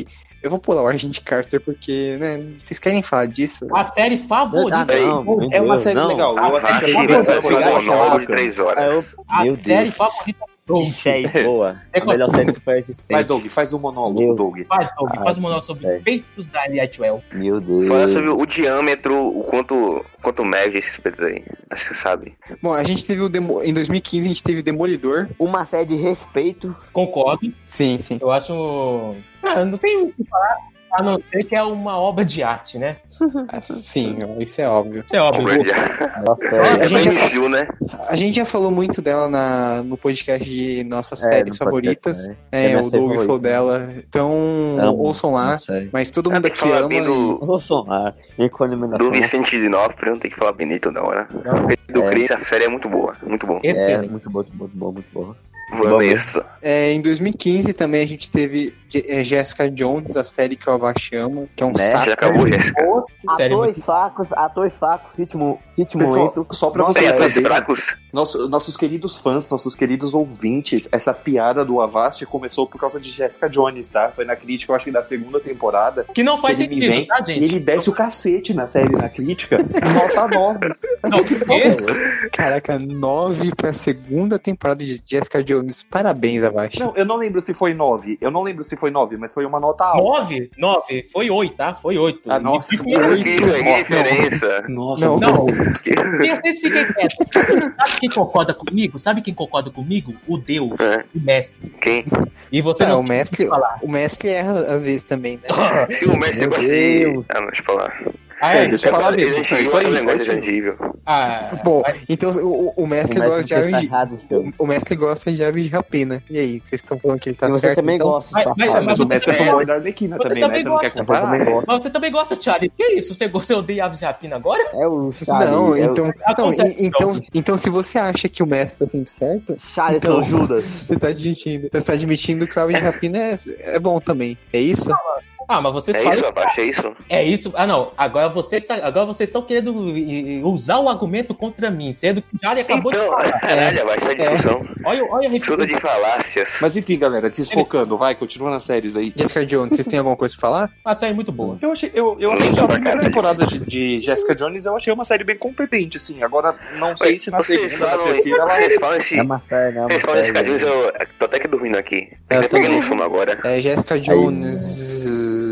Speaker 5: eu vou pular o Agente Carter porque, né, vocês querem falar disso?
Speaker 2: A série favorita.
Speaker 3: Ah, não, meu
Speaker 1: É uma
Speaker 3: Deus,
Speaker 1: série
Speaker 3: não.
Speaker 1: legal.
Speaker 2: Ah,
Speaker 1: Eu assisti a
Speaker 4: Achei
Speaker 1: primeira
Speaker 4: que vai ser um
Speaker 1: temporada.
Speaker 4: monólogo de três horas.
Speaker 2: A
Speaker 3: Meu
Speaker 2: série
Speaker 3: Deus.
Speaker 2: favorita.
Speaker 3: Que série boa. A melhor série que foi existente.
Speaker 1: Vai, Doug, faz um monólogo,
Speaker 3: Meu.
Speaker 1: Doug.
Speaker 2: Faz, Doug,
Speaker 3: Ah,
Speaker 2: faz um monólogo sobre
Speaker 3: sério.
Speaker 2: os peitos da Ali Atwell.
Speaker 3: Meu Deus.
Speaker 4: Fala sobre o diâmetro, o quanto, quanto mede esses peitos aí. Acho que você sabe.
Speaker 5: Bom, a gente teve o Demo... em dois mil e quinze a gente teve Demolidor.
Speaker 3: Uma série de respeito.
Speaker 2: Concordo.
Speaker 5: Sim, sim.
Speaker 2: Eu acho. Ah, não tem o que falar. A não ser que é uma obra de arte, né?
Speaker 5: Ah, sim, isso é óbvio.
Speaker 2: Isso é óbvio.
Speaker 3: Nossa,
Speaker 5: A
Speaker 4: É
Speaker 5: gente
Speaker 4: bem
Speaker 5: já-
Speaker 4: estilo, né?
Speaker 5: A gente já falou muito dela na, no podcast de nossas séries favoritas.
Speaker 3: Né?
Speaker 5: É,
Speaker 3: É minha
Speaker 5: o
Speaker 3: série
Speaker 5: Doug falou
Speaker 3: favorita.
Speaker 5: dela. Então,
Speaker 3: Amo
Speaker 5: ouçam lá.
Speaker 3: essa série.
Speaker 5: Mas todo
Speaker 4: Ah,
Speaker 5: mundo
Speaker 4: tem que
Speaker 5: aqui
Speaker 4: falar
Speaker 5: ama.
Speaker 4: bem
Speaker 5: e-
Speaker 4: do,
Speaker 3: Bolsonaro. Economização.
Speaker 4: do Vicente D'Onofrio, não tem que falar bonito não, né? Do
Speaker 3: É.
Speaker 4: Chris, a série é muito boa, muito bom.
Speaker 3: É,
Speaker 2: Excelente.
Speaker 3: muito bom, muito bom, muito bom, muito bom.
Speaker 4: Vanessa.
Speaker 5: É, em dois mil e quinze também a gente teve Je- é, Jessica Jones, a série que o Avachi ama, que é um
Speaker 3: Né?
Speaker 5: saco.
Speaker 4: Já acabou, Jéssica?
Speaker 2: Série
Speaker 3: Atores
Speaker 2: muito-
Speaker 3: fracos, atores fracos, ritmo, ritmo
Speaker 1: Pessoal,
Speaker 3: lento.
Speaker 1: só pra
Speaker 3: Nossa,
Speaker 4: Tem
Speaker 1: vocês
Speaker 4: atores
Speaker 1: saberem,
Speaker 4: fracos?
Speaker 1: nosso- nossos queridos fãs, nossos queridos ouvintes, essa piada do Avast começou por causa de Jessica Jones, tá? Foi na crítica, eu acho que da segunda temporada.
Speaker 2: Que não faz
Speaker 1: Ele me
Speaker 2: sentido,
Speaker 1: vem
Speaker 2: tá,
Speaker 1: E
Speaker 2: gente?
Speaker 1: ele desce o cacete na série, na crítica, nota nove.
Speaker 2: Não, porque
Speaker 5: Caraca, nove pra segunda temporada de Jessica Jones. Parabéns, Avachi.
Speaker 1: Não, eu não lembro se foi nove. Eu não lembro se foi nove, mas foi uma nota alta.
Speaker 2: nove, nove, foi oito, tá? Foi oito.
Speaker 1: Ah, nossa.
Speaker 4: Que isso aí, que diferença.
Speaker 1: Nossa,
Speaker 5: Não.
Speaker 2: Não, vocês fiquem quietos. Sabe quem concorda comigo? Sabe quem concorda comigo? O Deus,
Speaker 4: É.
Speaker 2: o mestre.
Speaker 4: Quem?
Speaker 2: E você
Speaker 5: É,
Speaker 2: não
Speaker 5: o mestre,
Speaker 2: tem o que falar.
Speaker 5: o mestre erra às vezes também, né?
Speaker 4: Se o mestre
Speaker 3: Meu
Speaker 4: gosta
Speaker 3: Deus.
Speaker 4: de... Ah, não, deixa eu falar.
Speaker 2: Ah, é?
Speaker 1: deixa eu falar mesmo.
Speaker 4: Resident
Speaker 1: Isso
Speaker 4: Evil,
Speaker 1: aí,
Speaker 4: eu não gosto de
Speaker 1: certinho.
Speaker 4: Resident Evil.
Speaker 2: Ah,
Speaker 5: Bom,
Speaker 2: mas-
Speaker 5: então o, o mestre
Speaker 3: Mas
Speaker 5: gosta de
Speaker 3: você tá
Speaker 5: aves de,
Speaker 3: errado, seu.
Speaker 5: o mestre gosta de aves de rapina. E aí, vocês estão falando que ele tá
Speaker 3: E você
Speaker 5: certo?
Speaker 3: também
Speaker 5: então?
Speaker 3: gosta,
Speaker 2: Mas-
Speaker 3: safado.
Speaker 2: mas-
Speaker 1: Ah, mas o mestre é
Speaker 2: Você
Speaker 1: fanboy da Arlequina
Speaker 2: você
Speaker 1: também, né?
Speaker 2: também
Speaker 1: Você não quer
Speaker 2: gosta.
Speaker 3: Você também
Speaker 1: comparar?
Speaker 3: gosta.
Speaker 2: Mas você também gosta, Charlie. Que isso? Você, você odeia aves de rapina agora?
Speaker 3: É o Charlie.
Speaker 5: Não,
Speaker 3: é o-
Speaker 5: então, não,
Speaker 2: Acontece,
Speaker 5: e- então,
Speaker 2: então.
Speaker 5: então se você acha que o mestre tá sempre certo,
Speaker 3: Charlie,
Speaker 5: Então-
Speaker 3: seu Judas.
Speaker 5: você tá admitindo, você tá admitindo que o ave de rapina é, é bom também. É isso?
Speaker 2: Ah, mas vocês
Speaker 4: É
Speaker 2: falam.
Speaker 4: isso, Abaixo, é isso?
Speaker 2: É isso. Ah, não. Agora, você tá, agora vocês estão querendo eh, usar o argumento contra mim, sendo que o Charlie acabou
Speaker 4: Então,
Speaker 2: de falar.
Speaker 4: caralho, Abaixo, tá discussão.
Speaker 2: Olha, olha a
Speaker 4: Absurda
Speaker 2: referência.
Speaker 4: de falácias.
Speaker 1: Mas enfim, galera, desfocando, vai, continua nas séries aí.
Speaker 5: Jessica Jones, vocês têm alguma coisa pra falar?
Speaker 2: Ah, série muito boa.
Speaker 1: Eu achei, eu, eu assisti a primeira temporada de, de Jessica Jones, eu achei uma série bem competente, assim. Agora, não sei se na
Speaker 4: Vocês
Speaker 1: segunda, na
Speaker 4: falam,
Speaker 1: terceira, ela
Speaker 4: vocês falam esse...
Speaker 3: É uma série, né? É uma
Speaker 4: Vocês falam esse
Speaker 3: série.
Speaker 4: cadinho, eu tô até que dormindo aqui.
Speaker 5: Eu
Speaker 4: Eu tô pegando
Speaker 5: também.
Speaker 4: sono agora.
Speaker 5: É Jessica Jones.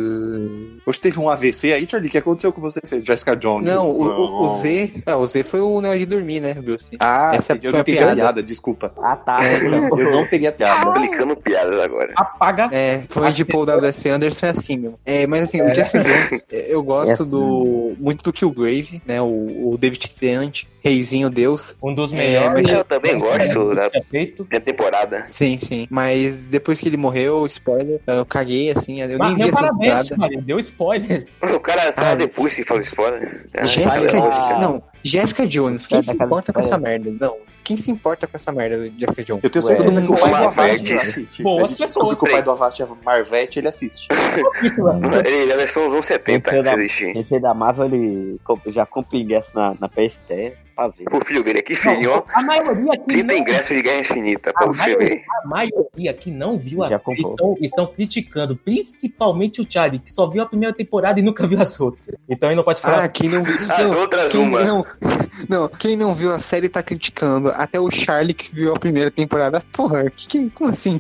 Speaker 1: Hoje teve um A V C aí, Charlie, o que aconteceu com você, Jessica Jones?
Speaker 5: Não, o, o- o Z. É, o Z foi o negócio de dormir, né, Bruce?
Speaker 1: Ah,
Speaker 5: Essa
Speaker 1: eu
Speaker 5: foi
Speaker 1: não
Speaker 5: a
Speaker 1: peguei
Speaker 5: piada.
Speaker 1: a piada, desculpa.
Speaker 3: Ah, tá.
Speaker 1: Eu não peguei a piada.
Speaker 4: Aplicando piadas agora.
Speaker 2: Apaga.
Speaker 5: É, foi de Paul W S. Anderson é assim, meu. É, mas assim, o Jessica Jones, é, eu gosto
Speaker 3: É assim.
Speaker 5: do muito do Killgrave, né? O, o David Tennant, reizinho Deus.
Speaker 2: Um dos
Speaker 5: É,
Speaker 2: melhores.
Speaker 5: mas
Speaker 4: eu também gosto da-
Speaker 2: que é feito.
Speaker 4: Minha temporada.
Speaker 5: Sim, sim. Mas depois que ele morreu, spoiler, eu caguei, assim, eu nem
Speaker 2: Mas
Speaker 5: vi
Speaker 2: deu
Speaker 5: essa
Speaker 2: parabéns,
Speaker 5: temporada.
Speaker 2: Maria. Deu spoilers.
Speaker 4: O cara fala
Speaker 5: Ah,
Speaker 4: depois que fala spoiler. Ah,
Speaker 5: Jéssica.
Speaker 4: fala,
Speaker 3: Ah.
Speaker 5: Não, Jéssica Jones, quem
Speaker 3: É,
Speaker 5: se
Speaker 3: daquela
Speaker 5: importa com essa
Speaker 3: história.
Speaker 5: merda? Não. Quem se importa com essa merda de Jessica Jones?
Speaker 1: Eu tenho
Speaker 3: Ué,
Speaker 1: certeza que o pai do Avast
Speaker 4: Marvete.
Speaker 1: assiste.
Speaker 2: Boas
Speaker 1: A gente
Speaker 2: pessoas,
Speaker 1: descobre que o pai
Speaker 4: sei.
Speaker 1: do Avast é Marvete, ele assiste.
Speaker 2: Isso, velho.
Speaker 4: Ele ele é a versão dos anos setenta
Speaker 3: Esse é
Speaker 4: que
Speaker 3: da-
Speaker 4: existe.
Speaker 3: Esse aí da Marvel, ele comp- já compra ingresso na, na P S T pra ver.
Speaker 4: O filho dele aqui, filho, ó.
Speaker 2: A maioria aqui
Speaker 4: trinta
Speaker 2: não,
Speaker 4: ingressos de Guerra Infinita pra
Speaker 2: a
Speaker 4: você
Speaker 2: maioria,
Speaker 4: ver.
Speaker 2: a maioria aqui não viu a
Speaker 3: Já comprou.
Speaker 2: estão, estão criticando, principalmente o Charlie, que só viu a primeira temporada e nunca viu as outras. Então ele não pode falar.
Speaker 5: Ah, quem não viu.
Speaker 4: As
Speaker 5: não,
Speaker 4: outras,
Speaker 5: quem,
Speaker 4: uma.
Speaker 5: não, não, quem não viu a série tá criticando. Até o Charlie que viu a primeira temporada. Porra, que, que, como assim?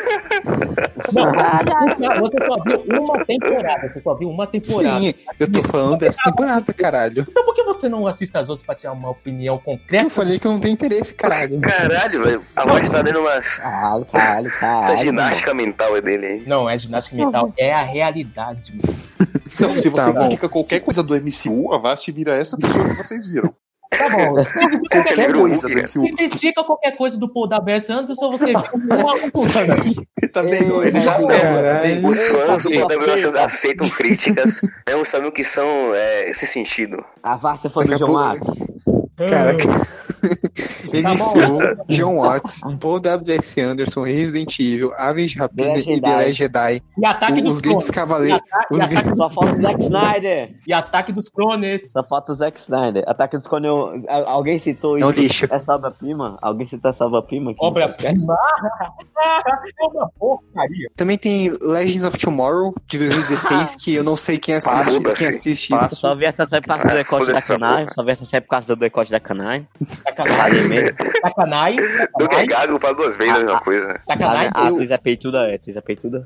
Speaker 2: Não, você- você só viu uma temporada. Você só viu uma temporada.
Speaker 5: Sim, eu tô falando dessa temporada, caralho.
Speaker 2: Então por que você não assiste as outras pra tirar uma opinião concreta?
Speaker 5: Eu falei que eu não tenho interesse, caralho.
Speaker 4: Caralho, velho. A voz tá dando umas.
Speaker 3: Caralho, caralho,
Speaker 4: Essa
Speaker 3: caralho.
Speaker 4: ginástica mental é dele aí.
Speaker 2: Não, é ginástica mental, é a realidade.
Speaker 1: Então, se você
Speaker 5: Tá bom.
Speaker 1: critica qualquer coisa do M C U, a Avast vira essa pessoa que vocês viram.
Speaker 2: Tá bom.
Speaker 1: Qualquer
Speaker 4: virou
Speaker 1: coisa
Speaker 4: Hulk,
Speaker 1: do M C U.
Speaker 2: Se critica qualquer coisa do Paul W S. Anderson, você viu uma conclusão aqui.
Speaker 1: Tá vendo? Ele já
Speaker 5: Caralho.
Speaker 1: lembra.
Speaker 4: Os fãs do
Speaker 3: Ei,
Speaker 4: Poder
Speaker 3: ei,
Speaker 4: aceitam críticas, não sabem o que são é, esse sentido.
Speaker 3: A Vasta foi do
Speaker 5: Daqui a
Speaker 3: João
Speaker 5: pouco-
Speaker 3: Marcos.
Speaker 5: Caraca. M C U, John Watts, Paul W S. Anderson, Resident Evil, Aves de Rapina
Speaker 3: The
Speaker 5: e The Last Jedi.
Speaker 2: E Ataque
Speaker 5: O-
Speaker 2: dos
Speaker 5: Os grandes
Speaker 2: Clones.
Speaker 5: cavaleiros.
Speaker 2: E ata-
Speaker 5: os
Speaker 2: e ataque-
Speaker 5: grandes-
Speaker 3: Só falta o Zack Snyder.
Speaker 2: E Ataque dos Clones.
Speaker 3: Só falta o Zack Snyder. Ataque dos Clones. Al- Alguém citou
Speaker 5: É um
Speaker 3: isso?
Speaker 5: lixo.
Speaker 3: Essa obra-prima? Alguém citou essa obra-prima? aqui no podcast?
Speaker 2: Obra-prima. É uma porcaria.
Speaker 5: Também tem Legends of Tomorrow, de dois mil e dezesseis, que eu não sei quem assiste,
Speaker 1: Foda-se.
Speaker 5: quem assiste
Speaker 1: Passa.
Speaker 5: isso.
Speaker 3: Só vi essa série por causa do decote da
Speaker 4: Foda-se essa
Speaker 3: Kanai.
Speaker 4: porra.
Speaker 3: Só vi essa série por causa do decote da Kanai.
Speaker 2: Sacanagem. Sacanagem.
Speaker 4: Do que é
Speaker 2: Sacanagem.
Speaker 4: gago para duas vezes a mesma coisa.
Speaker 2: Sacanagem.
Speaker 3: A
Speaker 5: eu-
Speaker 3: atriz é peituda, é. A atriz é peituda.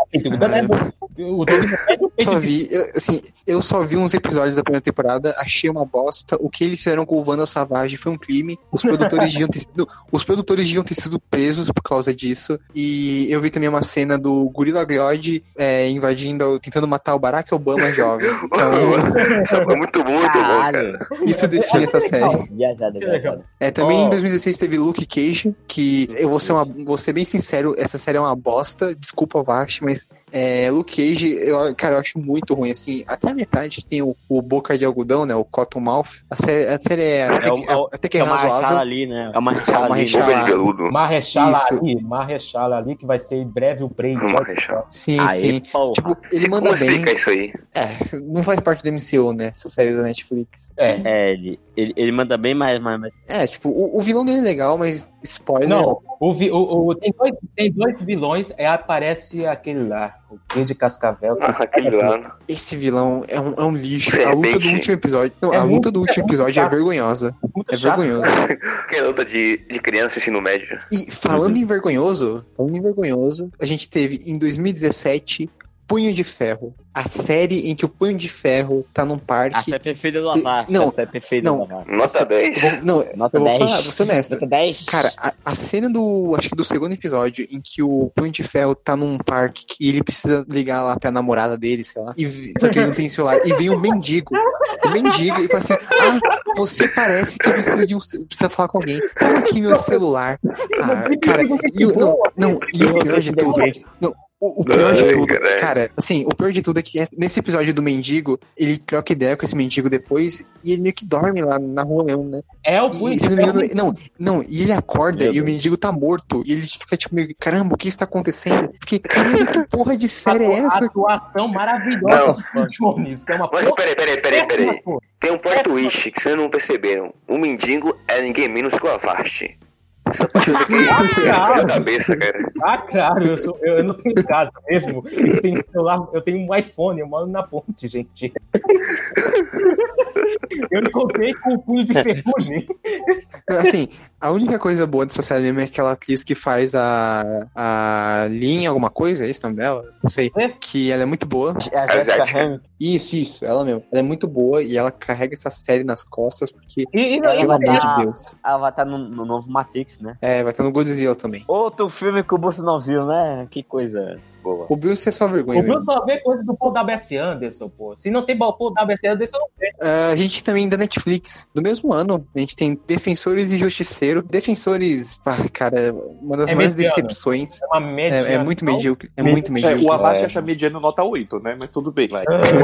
Speaker 2: O Doug é do
Speaker 5: Só vi, eu, assim, eu só vi uns episódios da primeira temporada, achei uma bosta. O que eles fizeram com o Vandal Savage foi um crime. Os produtores deviam ter sido, os produtores deviam ter sido presos por causa disso. E eu vi também uma cena do Gorilla Grodd é, invadindo, tentando matar o Barack Obama jovem. Então,
Speaker 4: Isso é muito, muito bom,
Speaker 3: Caralho.
Speaker 4: cara.
Speaker 5: isso define essa série.
Speaker 3: Viajada,
Speaker 2: Que legal.
Speaker 3: viajada.
Speaker 5: É, também
Speaker 2: Oh.
Speaker 5: em dois mil e dezesseis teve Luke Cage, que eu vou ser, uma, vou ser bem sincero, essa série é uma bosta, desculpa, Vash, mas é, Luke Cage, eu, cara, eu acho muito ruim, assim, até a metade tem o, o Boca de Algodão, né, o Cottonmouth, a série, a série é, até,
Speaker 3: É, o,
Speaker 5: que-
Speaker 3: é, o-
Speaker 5: até que é
Speaker 3: é uma rechala
Speaker 5: razoável.
Speaker 3: ali, né? É uma rechala
Speaker 5: uma
Speaker 3: ali.
Speaker 5: rechala.
Speaker 3: né?
Speaker 4: Boca de veludo.
Speaker 2: Marrechala
Speaker 5: Isso.
Speaker 2: ali, Marrechala ali, que vai ser em breve o Braid.
Speaker 4: Uma rechala.
Speaker 5: Sim,
Speaker 3: Aí,
Speaker 5: sim.
Speaker 3: porra.
Speaker 5: Tipo, ele
Speaker 4: Como
Speaker 5: manda bem.
Speaker 4: explica isso aí?
Speaker 5: É, não faz parte do M C U, né, essa série da Netflix.
Speaker 2: É.
Speaker 3: É, ele, ele, ele manda bem, mas, mas, mas
Speaker 5: É, tipo, o, o vilão dele é legal, mas spoiler.
Speaker 2: Não, o, vi- o, o- tem, dois, tem dois vilões, é, aparece aquele lá, o Kid de Cascavel. que
Speaker 4: Nossa, aquele lá.
Speaker 5: Esse vilão é um, é um lixo.
Speaker 4: De
Speaker 5: A luta do
Speaker 4: repente.
Speaker 5: último episódio. Não,
Speaker 2: É
Speaker 5: a luta
Speaker 2: muito-
Speaker 5: do último
Speaker 2: é muito
Speaker 5: episódio é
Speaker 2: chato.
Speaker 5: vergonhosa.
Speaker 2: Muito
Speaker 5: É
Speaker 2: chato.
Speaker 5: vergonhoso.
Speaker 4: Que é luta de, de criança ensino médio.
Speaker 5: E falando em vergonhoso, falando em vergonhoso, a gente teve em dois mil e dezessete Punho de Ferro. A série em que o Punho de Ferro tá num
Speaker 3: a
Speaker 5: parque.
Speaker 3: série perfeita do Avast.
Speaker 5: Não,
Speaker 3: A série perfeita
Speaker 5: não.
Speaker 3: do Avast.
Speaker 4: Nota
Speaker 5: Essa-
Speaker 4: dez.
Speaker 5: Eu vou- não,
Speaker 3: Nota
Speaker 5: eu vou
Speaker 3: dez.
Speaker 5: falar, vou ser honesto.
Speaker 3: Nota dez.
Speaker 5: Cara, a, a cena do. Acho que do segundo episódio, em que o Punho de Ferro tá num parque e ele precisa ligar lá pra namorada dele, sei lá. E, vi- só que ele não tem celular. E vem um mendigo. Um mendigo e fala assim: Ah, você parece que precisa de um. Precisa falar com alguém. Toma aqui meu celular. Ah, cara, e o, não, não, e o pior de tudo. Não, o, o pior de
Speaker 4: Ai,
Speaker 5: tudo,
Speaker 4: caralho.
Speaker 5: cara, assim, o pior de tudo é que nesse episódio do mendigo, ele troca ideia com esse mendigo depois e ele meio que dorme lá na rua mesmo, né?
Speaker 2: É o
Speaker 5: E,
Speaker 2: Punho
Speaker 5: se
Speaker 2: de
Speaker 5: não, me
Speaker 2: Ferro.
Speaker 5: engano, não, não, e ele acorda
Speaker 3: Meu
Speaker 5: e o
Speaker 3: Deus.
Speaker 5: mendigo tá morto. E ele fica tipo meio, caramba, o que está acontecendo? Fiquei, caramba, que porra de série é
Speaker 2: A
Speaker 5: essa?
Speaker 2: atuação maravilhosa
Speaker 4: Não.
Speaker 2: do Jones, que é uma
Speaker 4: Mas peraí, peraí, peraí, peraí.
Speaker 2: porra.
Speaker 4: Tem um plot twist que vocês não perceberam. O mendigo é ninguém menos que o Avast. Essa parte eu fiquei
Speaker 2: Ah,
Speaker 4: na cabeça, cara.
Speaker 2: Ah, claro, eu, sou, eu, eu não tenho casa mesmo. Eu tenho celular, eu tenho um iPhone, eu moro na ponte, gente. Eu encontrei com o Punho de Ferrugem.
Speaker 5: Assim, a única coisa boa dessa série mesmo é aquela atriz que faz a, a Lin alguma coisa, é esse o nome dela? Não sei.
Speaker 2: É?
Speaker 5: Que ela é muito boa.
Speaker 3: É a Jessica
Speaker 4: Asiática.
Speaker 3: Hamilton.
Speaker 5: Isso, isso, ela mesmo. Ela é muito boa e ela carrega essa série nas costas porque,
Speaker 2: E, e,
Speaker 3: Ela
Speaker 2: e,
Speaker 3: vai
Speaker 5: pelo amor
Speaker 3: dar-
Speaker 5: de Deus.
Speaker 3: Ela vai estar no, no novo Matrix, né?
Speaker 5: É, vai estar no Godzilla também.
Speaker 3: Outro filme que o Bolso não viu, né? Que coisa boa.
Speaker 5: O Bruce é só vergonha
Speaker 2: o Bruno
Speaker 5: mesmo.
Speaker 2: só vê coisa do Paul W S. Anderson, pô. Se não tem Paul W S. Anderson, não vê.
Speaker 5: Ah, a gente também da Netflix, do mesmo ano, a gente tem Defensores e Justiceiro. Defensores, pá, cara, uma das
Speaker 2: É
Speaker 5: maiores
Speaker 2: mediano.
Speaker 5: decepções.
Speaker 2: É uma média.
Speaker 5: É, é muito medíocre. É muito
Speaker 1: É,
Speaker 5: medíocre.
Speaker 1: o Avast
Speaker 3: É.
Speaker 1: acha mediano nota oito, né? Mas tudo bem, vai.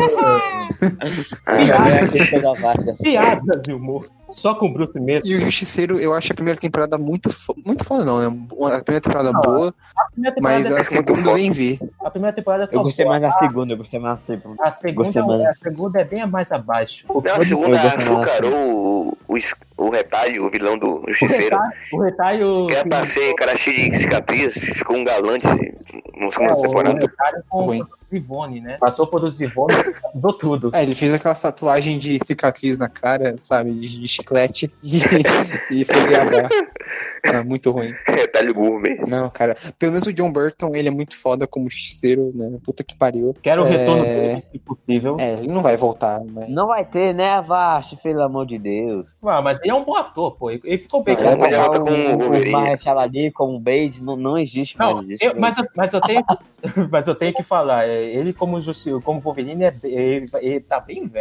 Speaker 3: É a questão da Avast, assim.
Speaker 2: Piadas de humor. Só com o Bruce mesmo.
Speaker 5: E o Justiceiro, eu acho a primeira temporada muito fo- muito foda, não, né? A primeira temporada boa,
Speaker 2: A primeira temporada,
Speaker 5: mas
Speaker 2: é-
Speaker 5: a segunda eu nem vi.
Speaker 2: a primeira temporada é só
Speaker 3: Eu gostei
Speaker 2: boa.
Speaker 3: mais da segunda, eu gostei mais da segunda.
Speaker 2: A segunda,
Speaker 3: Gostei mais.
Speaker 2: a segunda é bem a mais abaixo. O,
Speaker 4: Não, a segunda
Speaker 3: Eu gosto mais.
Speaker 4: açucarou o, o, es- o retalho, o vilão do Justiceiro.
Speaker 2: retalho, o retalho.
Speaker 4: Que era pra ser cara cheio de cicatriz, ficou um galante na
Speaker 2: É,
Speaker 4: segunda
Speaker 2: o
Speaker 4: temporada.
Speaker 2: retalho com
Speaker 5: Ruim.
Speaker 2: o Zivone, né? Passou por os Zivone e usou tudo.
Speaker 5: É, ele fez aquela tatuagem de cicatriz na cara, sabe? De, de chiclete. E, e foi gravar. Ah, muito ruim.
Speaker 4: Retalho gourmet.
Speaker 5: Não, cara. Pelo menos o John Burton, ele é muito foda como justiceiro, né? Puta que pariu.
Speaker 2: Quero o
Speaker 5: É.
Speaker 2: retorno dele, se possível.
Speaker 5: É, ele não vai voltar, mas...
Speaker 3: Não vai ter, né, Avast, pelo amor de Deus.
Speaker 2: Ah, mas ele é um bom ator, pô. Ele ficou bem.
Speaker 5: Não,
Speaker 2: Cara.
Speaker 5: ele é
Speaker 4: Ele volta
Speaker 3: o,
Speaker 4: com o
Speaker 3: o
Speaker 4: Wolverine.
Speaker 3: Marshall ali como Bade não, não existe
Speaker 2: Não,
Speaker 3: mais isso.
Speaker 2: eu- mas, eu- mas, eu tenho, mas eu tenho que falar, é, ele como, justi- como Wolverine, é, ele, ele tá bem velho.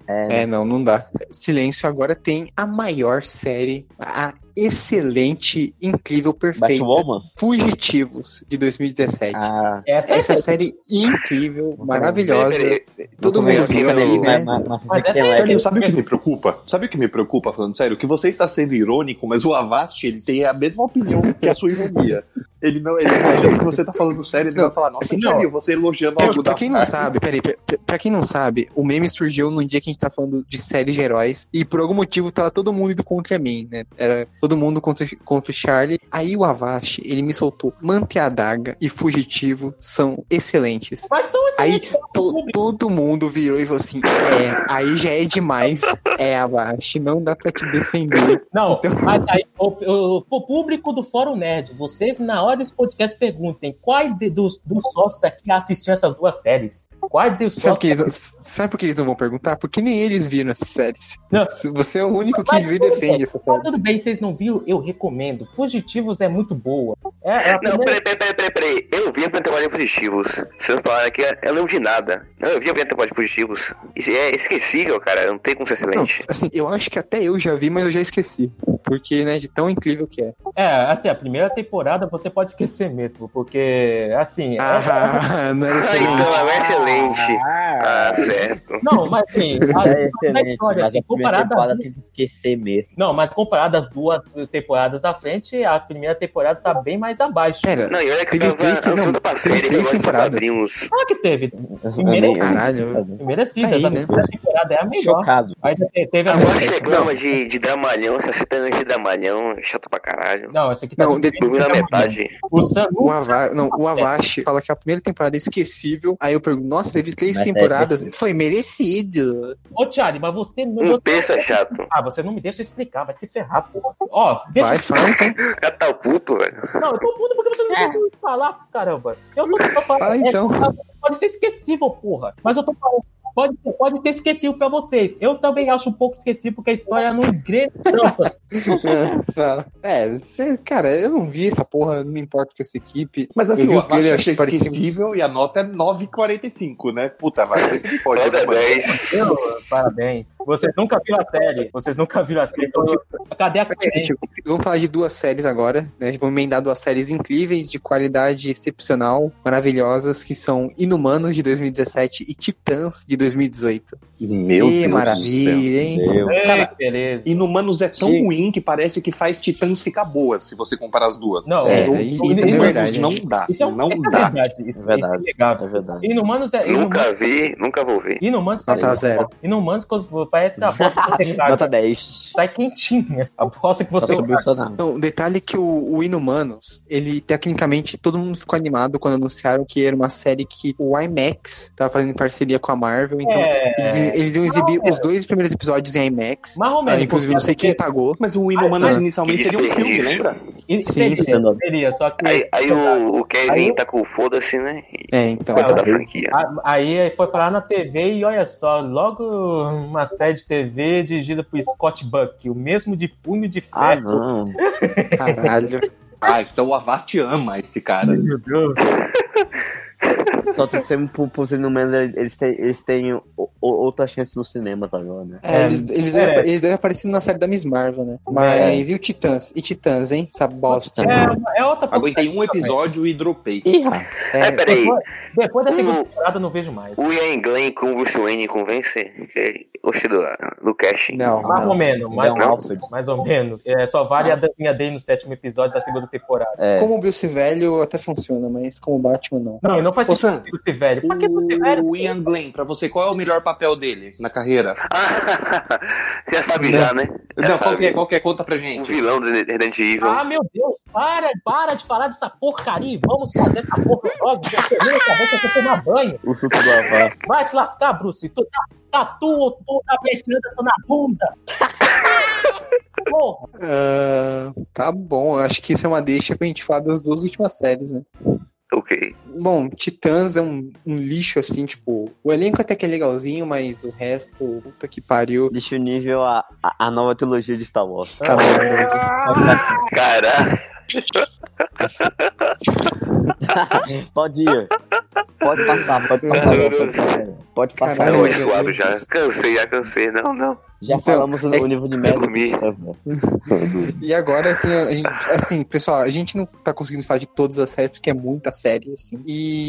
Speaker 3: É,
Speaker 5: É, não, não dá. Silêncio agora tem a maior série, a excelente, incrível, perfeita.
Speaker 3: Batwoman?
Speaker 5: Fugitivos, de dois mil e dezessete.
Speaker 3: Ah,
Speaker 2: Essa,
Speaker 5: Essa
Speaker 2: é
Speaker 5: série incrível, maravilhosa.
Speaker 1: Peraí,
Speaker 5: Todo mundo viu ali, né?
Speaker 3: Mas, mas,
Speaker 2: Mas
Speaker 3: você tem
Speaker 2: essa é
Speaker 3: leve.
Speaker 1: Sério, sabe o que me preocupa? Sabe o que me preocupa, falando sério? Que você está sendo irônico, mas o Avast, ele tem a mesma opinião que a sua ironia. Ele não, ele acha que você tá falando sério, ele
Speaker 5: Não,
Speaker 1: vai falar, nossa,
Speaker 5: assim,
Speaker 1: Thiago, você elogiando
Speaker 5: Pra,
Speaker 1: algo
Speaker 5: pra
Speaker 1: da
Speaker 5: quem não sabe, peraí, pra, pra quem não sabe, o meme surgiu num dia que a gente tá falando de séries de heróis e por algum motivo tava todo mundo indo contra mim, né? Era todo mundo contra, contra o Charlie. Aí o Avast, ele me soltou Manta e a Adaga e Fugitivo são excelentes.
Speaker 2: Mas tão
Speaker 5: Aí
Speaker 2: excelente quanto o
Speaker 5: to-
Speaker 2: público.
Speaker 5: todo mundo virou e falou assim, é, aí já é demais. É, Avast, não dá pra te defender.
Speaker 2: Não,
Speaker 5: Então-
Speaker 2: mas aí, o, o, o público do Fórum Nerd, vocês, na hora desse podcast, perguntem quais de- dos, dos sócios aqui assistiram essas duas séries? Quais dos
Speaker 5: Sabe,
Speaker 2: sócios...
Speaker 5: que eles, sabe por que eles não vão perguntar? Porque nem eles viram essas séries.
Speaker 2: Não.
Speaker 5: Você é o único que
Speaker 2: Mas
Speaker 5: viu e
Speaker 2: tudo
Speaker 5: defende
Speaker 2: bem,
Speaker 5: essas
Speaker 2: mas
Speaker 5: séries.
Speaker 2: tudo bem, vocês não viram, eu recomendo. Fugitivos é muito boa. É, é a
Speaker 4: Não,
Speaker 2: primeira...
Speaker 4: peraí, peraí, peraí, peraí. Eu vi a primeira temporada de Fugitivos. Vocês falaram que eu não lembro de nada. Não, eu vi a primeira temporada de Fugitivos. Isso é esquecível, cara. Não tem como ser
Speaker 5: Não,
Speaker 4: excelente.
Speaker 5: assim, eu acho que até eu já vi, mas eu já esqueci. Porque, né, de tão incrível que é.
Speaker 2: É, assim, a primeira temporada você pode esquecer mesmo, porque, assim... é-
Speaker 5: Ah, não era
Speaker 4: Ah,
Speaker 5: excelente.
Speaker 4: então, é excelente.
Speaker 3: Ah,
Speaker 4: Ah, certo.
Speaker 2: Não, mas assim... a-
Speaker 3: é
Speaker 2: a
Speaker 3: excelente,
Speaker 2: história,
Speaker 3: mas
Speaker 2: assim,
Speaker 3: a primeira
Speaker 2: comparada
Speaker 3: temporada
Speaker 2: às-
Speaker 3: tem que esquecer mesmo.
Speaker 2: Não, mas comparado às duas temporadas à frente, a primeira temporada tá bem mais abaixo.
Speaker 5: Pera,
Speaker 4: Não, e olha que
Speaker 5: teve
Speaker 4: eu tava
Speaker 5: três, te- não,
Speaker 4: ansioso pra
Speaker 5: teve
Speaker 4: série,
Speaker 5: três
Speaker 4: eu gosto de
Speaker 5: temporadas.
Speaker 4: quadrinhos.
Speaker 2: Ah, que teve.
Speaker 3: Eu
Speaker 2: Merecido.
Speaker 5: Caralho.
Speaker 2: Merecidas.
Speaker 5: Aí,
Speaker 2: a
Speaker 5: né?
Speaker 2: primeira temporada é a melhor.
Speaker 3: Chocado.
Speaker 2: Aí te- teve a...
Speaker 4: Agora reclama de, de dramalhão, essa cena de dramalhão, chato pra caralho.
Speaker 2: Não, essa aqui tá...
Speaker 5: Não,
Speaker 2: de-
Speaker 5: de-
Speaker 4: Dormi na metade.
Speaker 2: O Sanu...
Speaker 5: O, Ava, não, o Avast fala que a primeira temporada é esquecível. Aí eu pergunto, nossa, teve três
Speaker 3: Mas é
Speaker 5: temporadas.
Speaker 3: perfeito.
Speaker 5: Foi merecido.
Speaker 2: Ô, Thiago, mas você não...
Speaker 4: Um
Speaker 2: você-
Speaker 4: terço é chato.
Speaker 2: Ah, você não me deixa explicar, vai se ferrar, pô. Ó, deixa...
Speaker 5: Vai, fala então.
Speaker 4: O cara tá puto, velho.
Speaker 2: Não, eu tô puto porque você não me deixa eu falar, caramba. Eu tô tô falando...
Speaker 5: Fala então.
Speaker 2: É, pode ser esquecível, porra. Mas eu tô falando... Pode, ser- pode ser esquecível pra vocês. Eu também acho um pouco esquecível porque a história não engrena tanto.
Speaker 5: É, fala. É, cê- cara, eu não vi essa porra, não me importo com essa equipe.
Speaker 1: Mas assim,
Speaker 5: eu vi
Speaker 1: o
Speaker 5: o trailer,
Speaker 1: Avast
Speaker 5: achei
Speaker 1: é
Speaker 5: parecia-
Speaker 1: esquecível e a nota é nove vírgula quarenta e cinco, né? Puta, vai, você me pode.
Speaker 4: Nota
Speaker 1: né, mano?
Speaker 4: dez.
Speaker 2: Eu, parabéns. Vocês nunca viram a série. Vocês nunca viram a série. Então, cadê a coerência?
Speaker 5: Gente, vamos falar de duas séries agora, né? Vamos emendar duas séries incríveis, de qualidade excepcional, maravilhosas, que são Inumanos, de dois mil e dezessete, e Titãs, de dois mil e dezoito.
Speaker 1: Meu
Speaker 5: e
Speaker 1: Deus do céu.
Speaker 5: maravilha, hein?
Speaker 3: Meu.
Speaker 2: Ei,
Speaker 1: Cara,
Speaker 2: beleza.
Speaker 1: Inumanos é tão
Speaker 3: Sim.
Speaker 1: ruim que parece que faz Titãs ficar boa, se você comparar as duas.
Speaker 2: Não,
Speaker 5: É,
Speaker 2: o-
Speaker 5: aí
Speaker 2: o-
Speaker 5: também é
Speaker 2: Inumanos
Speaker 5: verdade,
Speaker 1: não
Speaker 5: né?
Speaker 1: dá,
Speaker 2: Isso é, um,
Speaker 1: não
Speaker 2: isso é
Speaker 1: dá.
Speaker 2: verdade. Isso
Speaker 3: É verdade.
Speaker 2: isso é inegável.
Speaker 3: É verdade.
Speaker 2: Inumanos é. Inumanos,
Speaker 4: Nunca vi, nunca vou ver.
Speaker 2: Inumanos
Speaker 5: Nota
Speaker 2: parece.
Speaker 5: zero.
Speaker 2: Inumanos quando parece a bosta que você
Speaker 3: Nota
Speaker 2: caga.
Speaker 3: dez.
Speaker 2: Sai quentinha. A bosta que
Speaker 3: Só
Speaker 2: você
Speaker 3: sobre isso não.
Speaker 5: Então, detalhe é que o, o Inumanos, ele, tecnicamente, todo mundo ficou animado quando anunciaram que era uma série que o IMAX tava fazendo parceria com a Marvel, então
Speaker 2: É.
Speaker 5: eles, iam- eles iam exibir
Speaker 2: Não,
Speaker 5: os dois primeiros episódios em IMAX.
Speaker 2: Mais ou
Speaker 5: Ah,
Speaker 2: menos.
Speaker 5: inclusive, não sei quem pagou.
Speaker 1: Mas o Inumanos
Speaker 5: Ah,
Speaker 1: inicialmente seria um filme,
Speaker 4: desperdício.
Speaker 1: lembra?
Speaker 2: E-
Speaker 5: Sim,
Speaker 2: seria,
Speaker 5: sim.
Speaker 2: seria, só que.
Speaker 4: Aí, aí o, o Kevin
Speaker 2: Aí-
Speaker 4: tá com o foda-se, né? E
Speaker 5: É, então.
Speaker 2: É,
Speaker 4: cuida da
Speaker 2: aí-
Speaker 4: franquia.
Speaker 2: a- Aí foi parar na T V e olha só, logo uma série de T V dirigida por Scott Buck, o mesmo de Punho de
Speaker 3: Ah,
Speaker 2: Ferro.
Speaker 3: não.
Speaker 5: Caralho.
Speaker 1: Ah, então o Avast ama esse cara.
Speaker 2: Meu Deus.
Speaker 3: Só tem que ser por, por no menos eles, eles têm, eles têm o- o- outra chance nos cinemas agora, né?
Speaker 5: É,
Speaker 2: É,
Speaker 5: eles, eles,
Speaker 2: é.
Speaker 5: devem, eles devem aparecer na série da Miss Marvel, né? Mas e o Titãs? E Titãs, hein? Essa bosta.
Speaker 2: É, é outra
Speaker 1: Aguentei um episódio e dropei.
Speaker 3: Ih, rapaz.
Speaker 5: É,
Speaker 4: É, peraí.
Speaker 2: Depois, depois da segunda
Speaker 4: O-
Speaker 2: temporada eu não vejo mais.
Speaker 4: O Ian Glenn com o Bruce Wayne convence? Que, oxe, do, do casting.
Speaker 5: não,
Speaker 2: Mais ou
Speaker 5: não.
Speaker 2: menos, mais,
Speaker 3: Ele é um
Speaker 2: ou-
Speaker 3: Alfred.
Speaker 2: mais ou menos. É, só vale a dancinha dele no sétimo episódio da segunda temporada.
Speaker 3: É.
Speaker 5: Como o Bruce velho até funciona, mas como o Batman não.
Speaker 2: Não, e não faz
Speaker 1: Ô,
Speaker 2: sentido
Speaker 1: Sam,
Speaker 2: Bruce velho. Pra que Bruce velho?
Speaker 1: O Ian Glenn, pra você, qual é o melhor papel dele na carreira?
Speaker 4: Ah, já sabe já, né? Já
Speaker 1: Não, qual
Speaker 4: sabe.
Speaker 1: que é? Qual que é? Conta pra
Speaker 4: O
Speaker 1: gente.
Speaker 4: vilão do Resident Evil.
Speaker 2: Ah, meu Deus, para, para de falar dessa porcaria e vamos fazer essa porra logo. Já termina essa boca pra tomar banho.
Speaker 3: O suco do Avast.
Speaker 2: Vai se lascar, Bruce. Tu tá, tá tu ou tu tá pensando na bunda? Porra.
Speaker 5: Ah, tá bom, eu acho que isso é uma deixa pra gente falar das duas últimas séries, né?
Speaker 4: Ok.
Speaker 5: Bom, Titãs é um, um lixo, assim, tipo... O elenco até que é legalzinho, mas o resto, puta que pariu.
Speaker 3: Deixa o nível a, a, a nova trilogia de Star Wars.
Speaker 5: Tá bom, Doug.
Speaker 4: Caralho.
Speaker 3: Pode ir. Pode passar, pode passar.
Speaker 4: Meu
Speaker 3: Pode
Speaker 4: Deus.
Speaker 3: passar, pode passar.
Speaker 5: Caralho,
Speaker 4: Não,
Speaker 5: eu-
Speaker 4: suave já. Cansei, já cansei. Não, não.
Speaker 3: Já
Speaker 5: Então,
Speaker 3: falamos o
Speaker 5: é-
Speaker 3: o nível de merda.
Speaker 4: dormi.
Speaker 3: que tá, velho.
Speaker 5: E agora tem a, a gente, assim, pessoal, a gente não tá conseguindo falar de todas as séries porque é muita série, assim.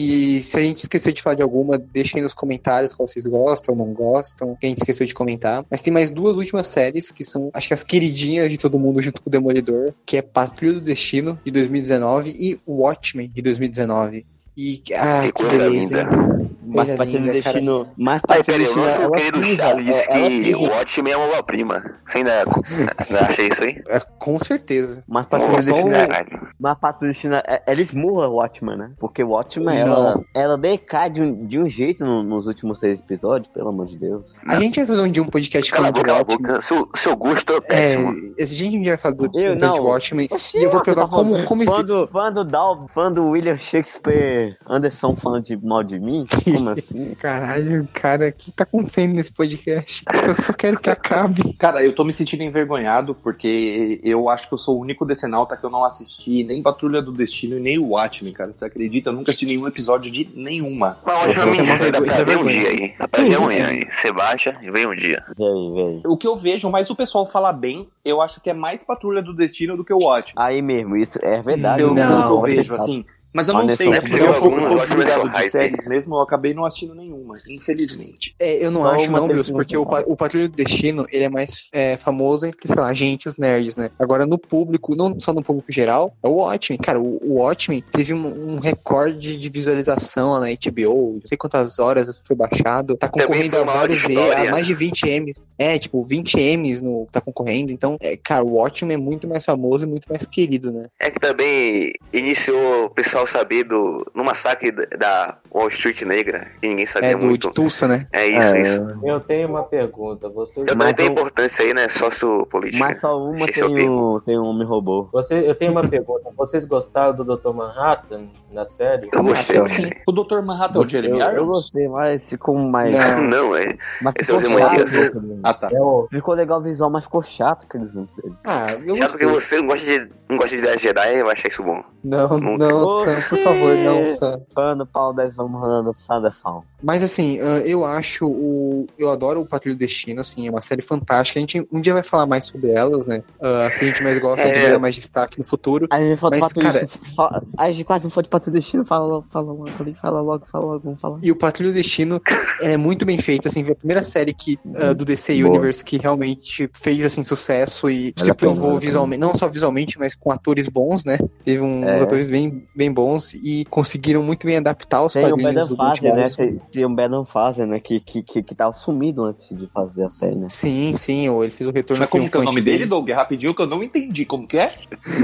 Speaker 5: E se a gente esqueceu de falar de alguma, deixa aí nos comentários qual vocês gostam, não gostam, que a gente esqueceu de comentar. Mas tem mais duas últimas séries que são, acho que as queridinhas de todo mundo junto com o Demolidor, que é Patrulha do Destino, de dois mil e dezenove, e Watchmen, de dois mil e dezenove. E, ah,
Speaker 4: Que
Speaker 5: que
Speaker 4: coisa
Speaker 5: beleza,
Speaker 4: linda.
Speaker 5: hein?
Speaker 3: Mas
Speaker 5: Coisa
Speaker 3: pra ter
Speaker 5: linda, cara.
Speaker 3: destino. Mas
Speaker 4: Ai,
Speaker 3: pra ter
Speaker 4: peraí, o
Speaker 3: destino.
Speaker 4: nosso
Speaker 3: ela
Speaker 4: querido
Speaker 3: pisa,
Speaker 4: Charles disse
Speaker 3: ela
Speaker 4: que
Speaker 3: pisa.
Speaker 4: o Watchmen é uma obra-prima. Você ainda, ainda acha isso aí?
Speaker 5: É, com certeza.
Speaker 3: Mas pra ter
Speaker 5: Só- só
Speaker 3: destino.
Speaker 5: o-
Speaker 4: Caralho.
Speaker 3: Mas pra ter destino. é- Ela esmurra o Watchman, né? Porque o Watchman, ela, ela decai de um, de um jeito no- nos últimos seis episódios, pelo amor de Deus.
Speaker 5: A gente vai fazer um dia um podcast
Speaker 4: Cala a
Speaker 5: falando de
Speaker 4: boca, cala a
Speaker 5: Watchmen.
Speaker 4: boca. Seu, seu gosto é
Speaker 5: É,
Speaker 4: péssimo.
Speaker 5: esse dia a gente vai falar do,
Speaker 3: Eu
Speaker 5: do
Speaker 3: não.
Speaker 5: de Watchmen.
Speaker 3: Oxi,
Speaker 5: E eu vou
Speaker 3: mano,
Speaker 5: pegar
Speaker 3: tá falando-
Speaker 5: como, como esse...
Speaker 3: fã do, fã do Dal, fã do William Shakespeare Anderson falando de mal de mim? Como assim?
Speaker 5: Caralho, cara, o que tá acontecendo nesse podcast? Eu só quero que acabe.
Speaker 1: Cara, eu tô me sentindo envergonhado porque eu acho que eu sou o único decenalta que eu não assisti nem Patrulha do Destino e nem o Watchmen, cara. Você acredita? Eu nunca assisti nenhum episódio de nenhuma.
Speaker 4: Mas
Speaker 5: Isso
Speaker 4: hoje
Speaker 5: é uma
Speaker 4: é mentira,
Speaker 5: vergonha,
Speaker 4: dá
Speaker 5: isso é
Speaker 4: pra ver um
Speaker 5: vergonha.
Speaker 4: dia aí. Dá pra ver amanhã aí. Você baixa e vem um dia.
Speaker 3: Véi, véi.
Speaker 1: O que eu vejo, mas o pessoal fala bem, eu acho que é mais Patrulha do Destino do que o Watchmen.
Speaker 3: Aí mesmo, isso é verdade.
Speaker 1: Eu,
Speaker 5: Não,
Speaker 1: eu
Speaker 3: você
Speaker 1: vejo,
Speaker 3: sabe.
Speaker 1: assim. Mas eu não
Speaker 3: Anderson,
Speaker 1: sei,
Speaker 3: é
Speaker 1: é
Speaker 3: porque
Speaker 1: porque eu sou,
Speaker 4: alguns
Speaker 1: sou
Speaker 4: Watchmen
Speaker 1: desligado
Speaker 4: são
Speaker 1: de
Speaker 4: hype.
Speaker 1: séries mesmo, eu acabei não assistindo nenhuma, infelizmente.
Speaker 5: É, eu não
Speaker 3: Só
Speaker 5: acho
Speaker 3: uma
Speaker 5: não, Bruce,
Speaker 3: pessoa
Speaker 5: porque
Speaker 3: que
Speaker 5: o, pa- o Patrulha do Destino, ele é mais é, famoso entre, sei lá, gente, os nerds, né? Agora, no público, não só no público geral, é o Watchmen. Cara, o, o Watchmen teve um, um recorde de visualização lá na H B O, não sei quantas horas foi baixado, tá
Speaker 4: Também
Speaker 5: concorrendo
Speaker 4: foi
Speaker 5: a
Speaker 4: uma hora
Speaker 5: vários
Speaker 4: de
Speaker 5: E, a
Speaker 4: história.
Speaker 5: mais de vinte M's. É, tipo, vinte M's no, tá concorrendo, então, é, cara, o Watchmen é muito mais famoso e muito mais querido, né?
Speaker 4: É que também iniciou o pessoal saber do, no massacre da- da Wall Street Negra, que ninguém sabia
Speaker 5: É, do,
Speaker 4: muito.
Speaker 5: de Tulsa, né?
Speaker 4: É isso,
Speaker 3: É,
Speaker 4: isso.
Speaker 2: Eu tenho uma pergunta. Você,
Speaker 4: Eu também
Speaker 3: Mas
Speaker 4: tenho
Speaker 3: eu-
Speaker 4: importância aí, né? Sociopolítica.
Speaker 3: Mas só uma
Speaker 4: Esse é o
Speaker 3: tem
Speaker 4: termo.
Speaker 3: um, tem um homem robô.
Speaker 2: você, eu tenho uma pergunta. Vocês gostaram do doutor Manhattan na série?
Speaker 4: Eu gostei.
Speaker 3: Então,
Speaker 5: Sim.
Speaker 1: O doutor Manhattan é o Jeremy
Speaker 3: eu, eu
Speaker 1: Irons?
Speaker 3: gostei, mas ficou mais.
Speaker 5: Não.
Speaker 4: Não, é.
Speaker 3: Mas
Speaker 4: Esse é
Speaker 3: ficou
Speaker 4: o Zé
Speaker 3: chato.
Speaker 4: Matias.
Speaker 1: Ah, tá.
Speaker 2: É o-
Speaker 3: Ficou legal o visual, mas ficou chato que eles não fez.
Speaker 5: Ah, eu
Speaker 4: Chato que
Speaker 5: gostei.
Speaker 4: você não gosta de, não gosta de ideia de Jedi, vai achar isso bom.
Speaker 5: Não,
Speaker 4: Nunca.
Speaker 5: não, Sam, por favor, não, Sam.
Speaker 3: Fã do pau dez vamos rolando Sanderson.
Speaker 5: Mas assim, ah, eu acho o. Eu adoro o Patrulha do Destino, assim, é uma série fantástica. A gente um dia vai falar mais sobre elas, né? Ah, as que a gente mais gosta, a gente
Speaker 4: É.
Speaker 5: vai dar mais destaque no futuro.
Speaker 3: A gente falou de
Speaker 5: Mas,
Speaker 3: Patrulha
Speaker 5: cara-
Speaker 3: Destino. fa- A gente quase não foi de Patrulha Destino. Fala logo, fala logo ali, fala logo, fala logo, vamos falar.
Speaker 5: E o Patrulha do Destino ela é muito bem feita, assim, foi a primeira série que, ah, do D C
Speaker 3: Boa.
Speaker 5: Universe que realmente fez, assim, sucesso e
Speaker 3: Vale
Speaker 5: se
Speaker 3: a pena,
Speaker 5: provou
Speaker 3: vale a pena.
Speaker 5: visualmente, não só visualmente, mas com atores bons, né? Teve um-
Speaker 3: É.
Speaker 5: uns atores bem, bem bons e conseguiram muito bem adaptar os
Speaker 3: Tem o
Speaker 5: quadrinhos
Speaker 3: Brendan
Speaker 5: do
Speaker 3: Fraser, né?
Speaker 5: multiverso.
Speaker 3: Tem, tem o Brendan Fraser, né? Que, que, que, que tava sumido antes de fazer a série, né?
Speaker 5: Sim, sim, ou ele fez o retorno
Speaker 1: Mas como que é o
Speaker 5: triunfante
Speaker 1: nome dele, Doug? É rapidinho que eu não entendi. Como que é?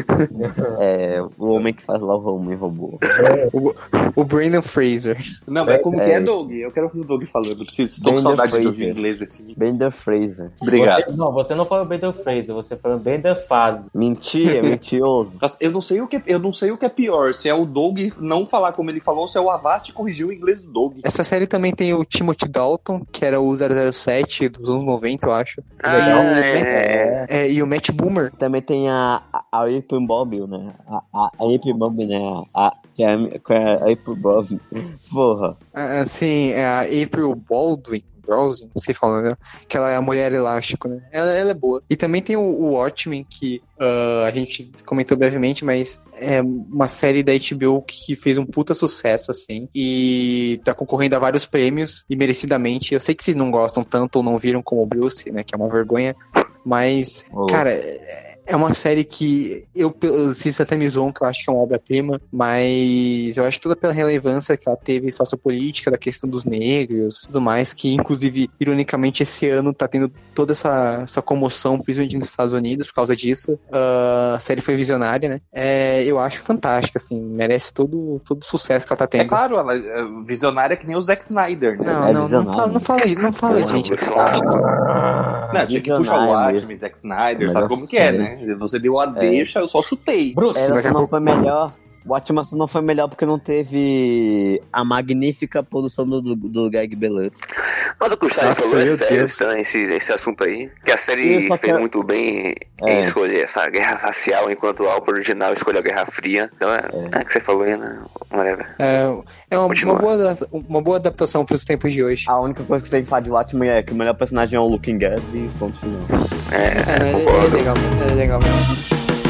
Speaker 3: É, o homem que faz lá o homem robô.
Speaker 5: O Brandon Fraser.
Speaker 1: Não, mas como
Speaker 3: É,
Speaker 1: que é,
Speaker 3: é.
Speaker 1: Doug? Eu quero ouvir o Doug falando. Preciso. Tô com
Speaker 3: Brendan
Speaker 1: saudade de
Speaker 3: Fraser.
Speaker 1: ouvir inglês desse vídeo.
Speaker 3: Brendan Fraser.
Speaker 1: Obrigado.
Speaker 2: Você, não, você não falou Brendan Fraser, você falou Brendan Fase.
Speaker 3: Mentira, mentiroso.
Speaker 1: Nossa, Eu não sei o que eu não sei o que é pior, se é o Doug não falar como ele falou, ou se é o Avast corrigir o inglês do Doug.
Speaker 5: Essa série também tem o Timothy Dalton, que era o zero zero sete dos anos noventa, eu acho.
Speaker 4: Ah,
Speaker 5: e, o
Speaker 4: é.
Speaker 5: Matt, é, e o Matt Boomer.
Speaker 3: Também tem a, a, a April Bob, né? A, a, a April Bob, né? A, que é a, que é a April Bob. Porra.
Speaker 5: Ah, Assim, é a April Baldwin. Browsing, não sei falar, né? Que ela é a mulher elástico, né? Ela, ela é boa. E também tem o, o Watchmen, que ah, a gente comentou brevemente, mas é uma série da H B O que fez um puta sucesso, assim. E tá concorrendo a vários prêmios, e merecidamente. Eu sei que vocês não gostam tanto ou não viram como o Bruce, né? Que é uma vergonha. Mas,
Speaker 3: Oh.
Speaker 5: cara, é é uma série que eu, vocês até me zoam que eu acho que é uma obra-prima, mas eu acho toda pela relevância que ela teve sociopolítica, da questão dos negros, tudo mais, que inclusive, ironicamente, esse ano tá tendo toda essa, essa comoção, principalmente nos Estados Unidos, por causa disso. Uh, a série foi visionária, né? É, eu acho fantástica, assim, merece todo, todo o sucesso que ela tá tendo.
Speaker 1: É claro, ela é visionária que nem o Zack Snyder, né?
Speaker 5: Não,
Speaker 3: É
Speaker 5: não, não
Speaker 3: visionário.
Speaker 5: fala, não fala, não fala,
Speaker 4: Não,
Speaker 5: gente, é
Speaker 4: você
Speaker 5: fantástico, assim.
Speaker 1: Não, tinha que puxar o
Speaker 3: Visionário
Speaker 1: Watchmen,
Speaker 3: mesmo.
Speaker 1: Zack Snyder,
Speaker 3: Mas
Speaker 1: sabe
Speaker 3: a
Speaker 1: como que é,
Speaker 3: série-
Speaker 1: né? Você deu a deixa, eu só chutei.
Speaker 2: Bruce,
Speaker 5: Ela
Speaker 3: Ela
Speaker 5: já
Speaker 3: só não
Speaker 5: com-
Speaker 3: foi melhor. O Batman só não foi melhor porque não teve a magnífica produção do, do, do Greg Berlanti.
Speaker 4: Mas o que o Charlie
Speaker 5: Nossa,
Speaker 4: falou é
Speaker 5: meu
Speaker 4: sério,
Speaker 5: Deus.
Speaker 4: então, esse, esse assunto aí. Que a série
Speaker 3: Isso, só
Speaker 4: fez
Speaker 3: que-
Speaker 4: muito bem
Speaker 3: É.
Speaker 4: em escolher essa guerra racial, enquanto o álbum original escolheu a Guerra Fria. Então é, é. que você falou aí, né? Whatever.
Speaker 5: É, é uma,
Speaker 4: Continua.
Speaker 5: uma, boa, adap- uma boa adaptação pros tempos de hoje.
Speaker 3: A única coisa que você tem que falar de Batman é que o melhor personagem é o Looking Glass e ponto final.
Speaker 4: É,
Speaker 5: É, não, ele, ele é
Speaker 4: concordo.
Speaker 5: legal, ele é legal mesmo.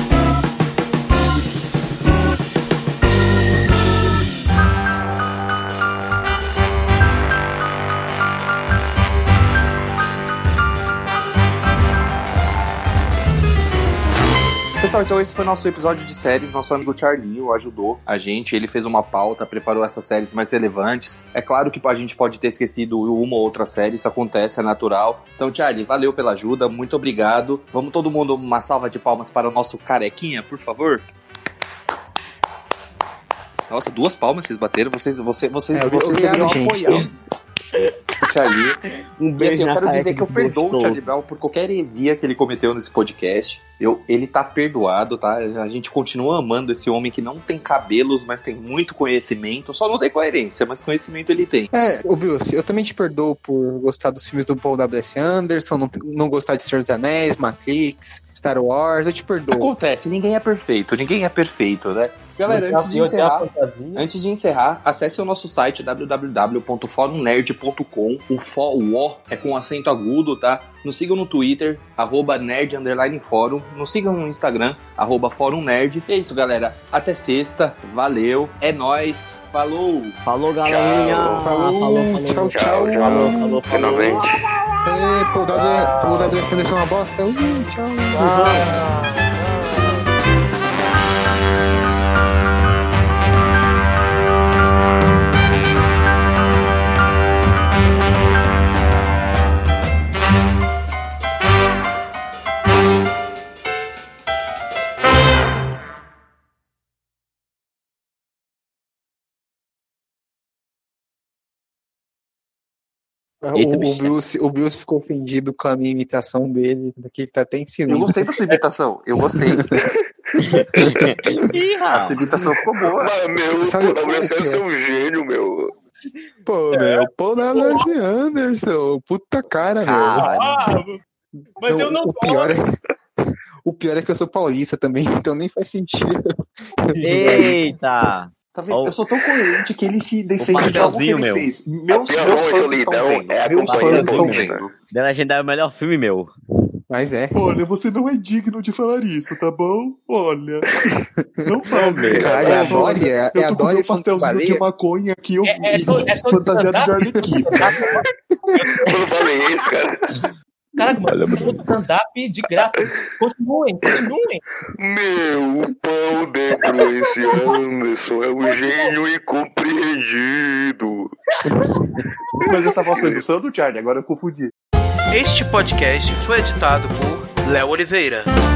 Speaker 1: Pessoal, então esse foi nosso episódio de séries. Nosso amigo Charlinho ajudou a gente. Ele fez uma pauta, preparou essas séries mais relevantes. É claro que a gente pode ter esquecido uma ou outra série, isso acontece, é natural. Então, Charlie, valeu pela ajuda, muito obrigado. Vamos todo mundo uma salva de palmas para o nosso carequinha, por favor? Nossa, duas palmas vocês bateram. Vocês, você, vocês,
Speaker 5: É,
Speaker 1: vocês
Speaker 5: obrigado,
Speaker 1: deveriam
Speaker 5: gente.
Speaker 1: apoiar o Charlie.
Speaker 3: Um
Speaker 1: E
Speaker 3: beijo
Speaker 1: assim, eu
Speaker 3: na
Speaker 1: quero
Speaker 3: careca
Speaker 1: dizer que eu perdoo o
Speaker 3: desgostoso.
Speaker 1: Charlie Brown por qualquer heresia que ele cometeu nesse podcast. Eu, ele tá perdoado, tá? A gente continua amando esse homem que não tem cabelos, mas tem muito conhecimento. Só não tem coerência, mas conhecimento ele tem.
Speaker 5: É, ô Bruce, eu também te perdoo por gostar dos filmes do Paul W S. Anderson, não, não gostar de Senhor dos Anéis, Matrix, Star Wars, eu te perdoo.
Speaker 1: Acontece, ninguém é perfeito, ninguém é perfeito, né? Galera,
Speaker 2: Eu
Speaker 1: antes de
Speaker 2: tenho até a
Speaker 1: encerrar,
Speaker 2: fantasia.
Speaker 1: Antes de encerrar, acesse o nosso site w w w ponto forum nerd ponto com. O fó, o O é com acento agudo, tá? Nos sigam no Twitter, arroba nerd underline fórum. Nos sigam no Instagram, arroba fórum nerd. E é isso, galera. Até sexta. Valeu. É nóis. Falou.
Speaker 3: Falou, galerinha!
Speaker 4: Tchau.
Speaker 5: Falou,
Speaker 3: falou,
Speaker 5: tchau,
Speaker 3: falou.
Speaker 5: tchau.
Speaker 4: Tchau, tchau.
Speaker 3: Falou, falou, falou.
Speaker 4: Finalmente.
Speaker 5: É, Paul W- Paul W S. Anderson é uma bosta. Uh, tchau.
Speaker 2: Ah.
Speaker 3: Eita,
Speaker 5: O, o,
Speaker 3: bicho.
Speaker 5: Bruce, o Bruce ficou ofendido com a minha imitação dele, que ele tá até
Speaker 1: Eu
Speaker 5: ensinando.
Speaker 1: gostei da sua imitação. Eu gostei.
Speaker 3: Ih,
Speaker 1: A
Speaker 3: rapaz.
Speaker 1: sua imitação ficou boa.
Speaker 4: Mas, meu,
Speaker 5: Sabe-
Speaker 4: pô, você é seu gênio, meu.
Speaker 5: Pô, meu, Paul W S. Anderson, puta cara, meu.
Speaker 3: Caralho.
Speaker 2: Ah, mas eu não
Speaker 5: o pior é O pior é que eu sou paulista também, então nem faz sentido.
Speaker 3: Eita!
Speaker 1: Tá vendo?
Speaker 3: Ó,
Speaker 1: Eu sou tão coerente que ele se defende de algo que
Speaker 3: pastelzinho,
Speaker 1: ele
Speaker 3: meu.
Speaker 1: fez. Meus,
Speaker 4: A pior
Speaker 1: meus
Speaker 4: não é
Speaker 1: fãs
Speaker 4: solidão,
Speaker 1: estão vendo.
Speaker 4: é a
Speaker 1: Meus
Speaker 4: companhia
Speaker 1: fãs estão
Speaker 4: paulista.
Speaker 1: vendo.
Speaker 3: The Legendary é o melhor filme, meu.
Speaker 5: Mas é.
Speaker 1: Olha, você não é digno de falar isso, tá bom? Olha. Não fale.
Speaker 5: Caralho, é a Dory, é, é a Dory falando com baleia.
Speaker 1: maconha aqui eu,
Speaker 2: É- é só- é só
Speaker 1: fantasiado de Arlequina.
Speaker 4: Eu não falei isso, cara.
Speaker 2: Caraca, mano, eu vou stand-up de graça. Continuem, continuem.
Speaker 4: Meu, o pão de Bruce Anderson é um gênio incompreendido.
Speaker 1: Mas essa voz foi do Sandro Charlie, agora eu confundi.
Speaker 6: Este podcast foi editado por Léo Oliveira.